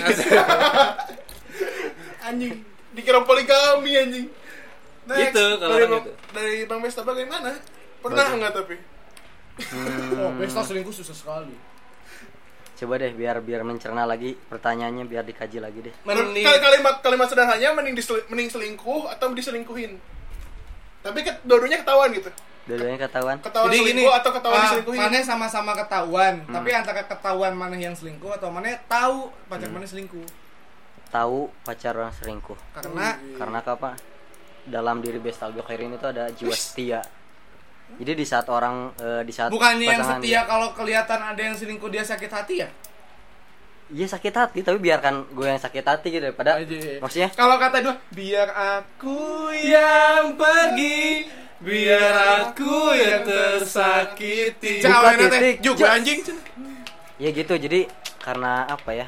Speaker 3: Anjing. Dikira poligami anjing. Next.
Speaker 4: Gitu kalau gitu.
Speaker 3: Dari Bang Besta bagaimana? Pernah enggak tapi?
Speaker 2: Oh, Besta selingkuh susah sekali.
Speaker 1: Coba deh biar mencerna lagi pertanyaannya, biar dikaji lagi deh.
Speaker 3: Kalimat sederhananya mending selingkuh atau diselingkuhin. Tapi dua-duanya ketahuan gitu.
Speaker 1: Dua-duanya ketahuan.
Speaker 3: Jadi selingkuh atau ketahuan diselingkuhin.
Speaker 2: Mana sama-sama ketahuan, tapi antara ketahuan mana yang selingkuh atau mana tahu pacar mana selingkuh.
Speaker 1: Tahu pacar orang selingkuh. Karena apa? Dalam diri Bestal Khairin itu ada jiwa setia. Jadi di saat
Speaker 2: bukannya yang setia kalau kelihatan ada yang selingkuh dia sakit hati ya?
Speaker 1: Iya sakit hati, tapi biarkan gue yang sakit hati gitu daripada maksudnya.
Speaker 2: Kalau kata dua, biar aku yang pergi, biar aku yang tersakiti.
Speaker 1: Buka titik
Speaker 2: juga anjing.
Speaker 1: Ya gitu, jadi karena apa ya?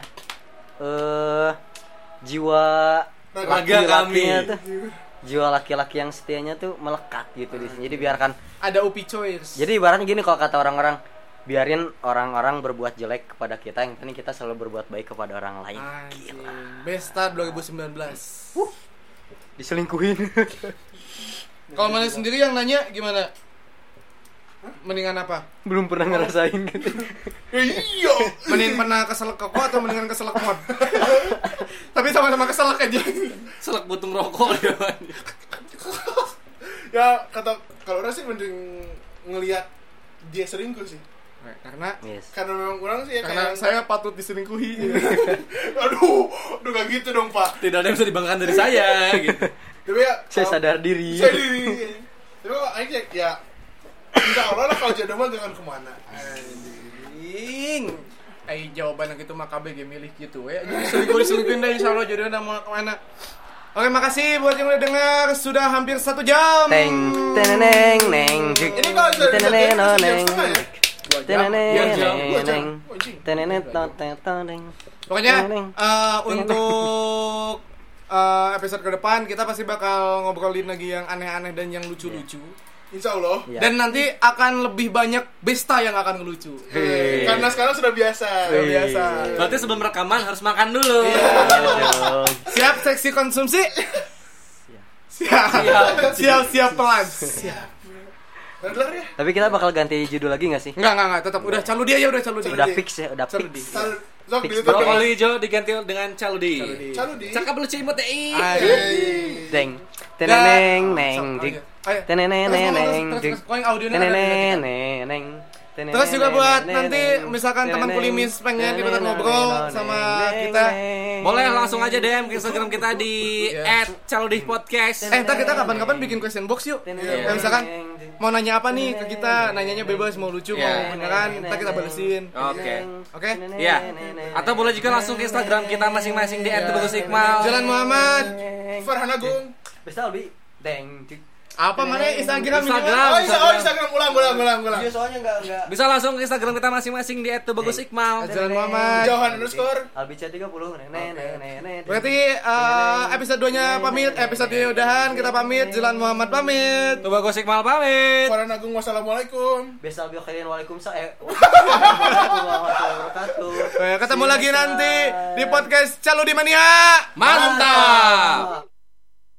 Speaker 1: Jiwa laki-lakinya tuh. Jiwa laki-laki yang setianya tuh melekat gitu di sini. Jadi biarkan
Speaker 2: ada Upi Choice.
Speaker 1: Jadi ibaratnya gini, kalau kata orang-orang, biarin orang-orang berbuat jelek kepada kita, yang penting kita selalu berbuat baik kepada orang lain. Gila.
Speaker 2: Besta 2019.
Speaker 1: Diselingkuhin.
Speaker 2: Kalau mana sendiri yang nanya gimana? Mendingan apa?
Speaker 1: Belum pernah ngerasain gitu.
Speaker 3: Iya.
Speaker 2: Mending pernah keselak koko atau mendingan keselak mod? Tapi sama-sama keselak aja.
Speaker 4: Selak butuh rokok dia.
Speaker 3: Ya kalau orang sih mending ngelihat dia selingkuh sih.
Speaker 2: Karena
Speaker 3: memang kurang sih ya,
Speaker 2: karena saya patut diselingkuhi.
Speaker 3: Aduh gak gitu dong Pak.
Speaker 4: Tidak ada yang bisa dibanggakan dari saya gitu.
Speaker 3: Tapi ya
Speaker 1: saya sadar diri.
Speaker 3: Tapi kok aja ya insya Allah lah kalau jodoh mah gak akan kemana.
Speaker 2: Anjing. Jawaban yang itu mah KBG milih gitu ya. Jadi selingkuhin deh, insya Allah jodohnya mau kemana. Oke, makasih buat yang udah dengar. Sudah hampir 1 jam.
Speaker 1: Teneneng neng.
Speaker 3: Ini kalau
Speaker 2: pokoknya untuk episode ke depan kita pasti bakal ngobrolin lagi yang aneh-aneh dan yang lucu-lucu.
Speaker 3: Insya Allah.
Speaker 2: Dan nanti akan lebih banyak Besta yang akan ngelucu.
Speaker 3: Karena sekarang sudah biasa.
Speaker 4: Berarti sebelum rekaman harus makan dulu.
Speaker 2: Siap seksi konsumsi? Siap pelan. Siap.
Speaker 1: Tapi kita bakal ganti judul lagi nggak sih?
Speaker 2: Enggak, tetap udah Caludi aja, udah Caludi.
Speaker 1: Udah fix ya, udah fix.
Speaker 4: Brokoli hijau diganti dengan Caludi. Cakap lucu imut
Speaker 1: Deng. Teneneng neng.
Speaker 2: Terus juga buat nanti misalkan teman kulimis pengen ikutan ngobrol sama kita,
Speaker 4: boleh langsung aja DM ke Instagram kita di @caludihpodcast.
Speaker 2: Ntar kita kapan-kapan bikin question box yuk. Misalkan mau nanya apa nih ke kita, nanyanya bebas, mau lucu, mau beneran, ntar kita balesin. Oke?
Speaker 4: Iya. Atau boleh juga langsung ke Instagram kita masing-masing di @tegusikmal.
Speaker 2: Jalan Muhammad,
Speaker 3: Farhan Agung,
Speaker 1: Besta Albi. Deng.
Speaker 2: Apa mana Instagram?
Speaker 3: Instagram ulang.
Speaker 1: Iya, soalnya enggak.
Speaker 4: Bisa langsung ke Instagram kita masing-masing di @bagusikmal.
Speaker 2: Jalan Muhammad.
Speaker 3: Johan _
Speaker 1: Albica 30.
Speaker 2: Berarti episode 2-nya pamit, episode 2 udahan, kita pamit. Jalan Muhammad pamit.
Speaker 4: Bagusikmal pamit.
Speaker 3: Farhan Agung wassalamualaikum.
Speaker 1: Besal bi khairin waalaikumsalam. Warahmatullahi wabarakatuh.
Speaker 2: Ketemu lagi nanti di podcast Calu di Mania.
Speaker 4: Mantap.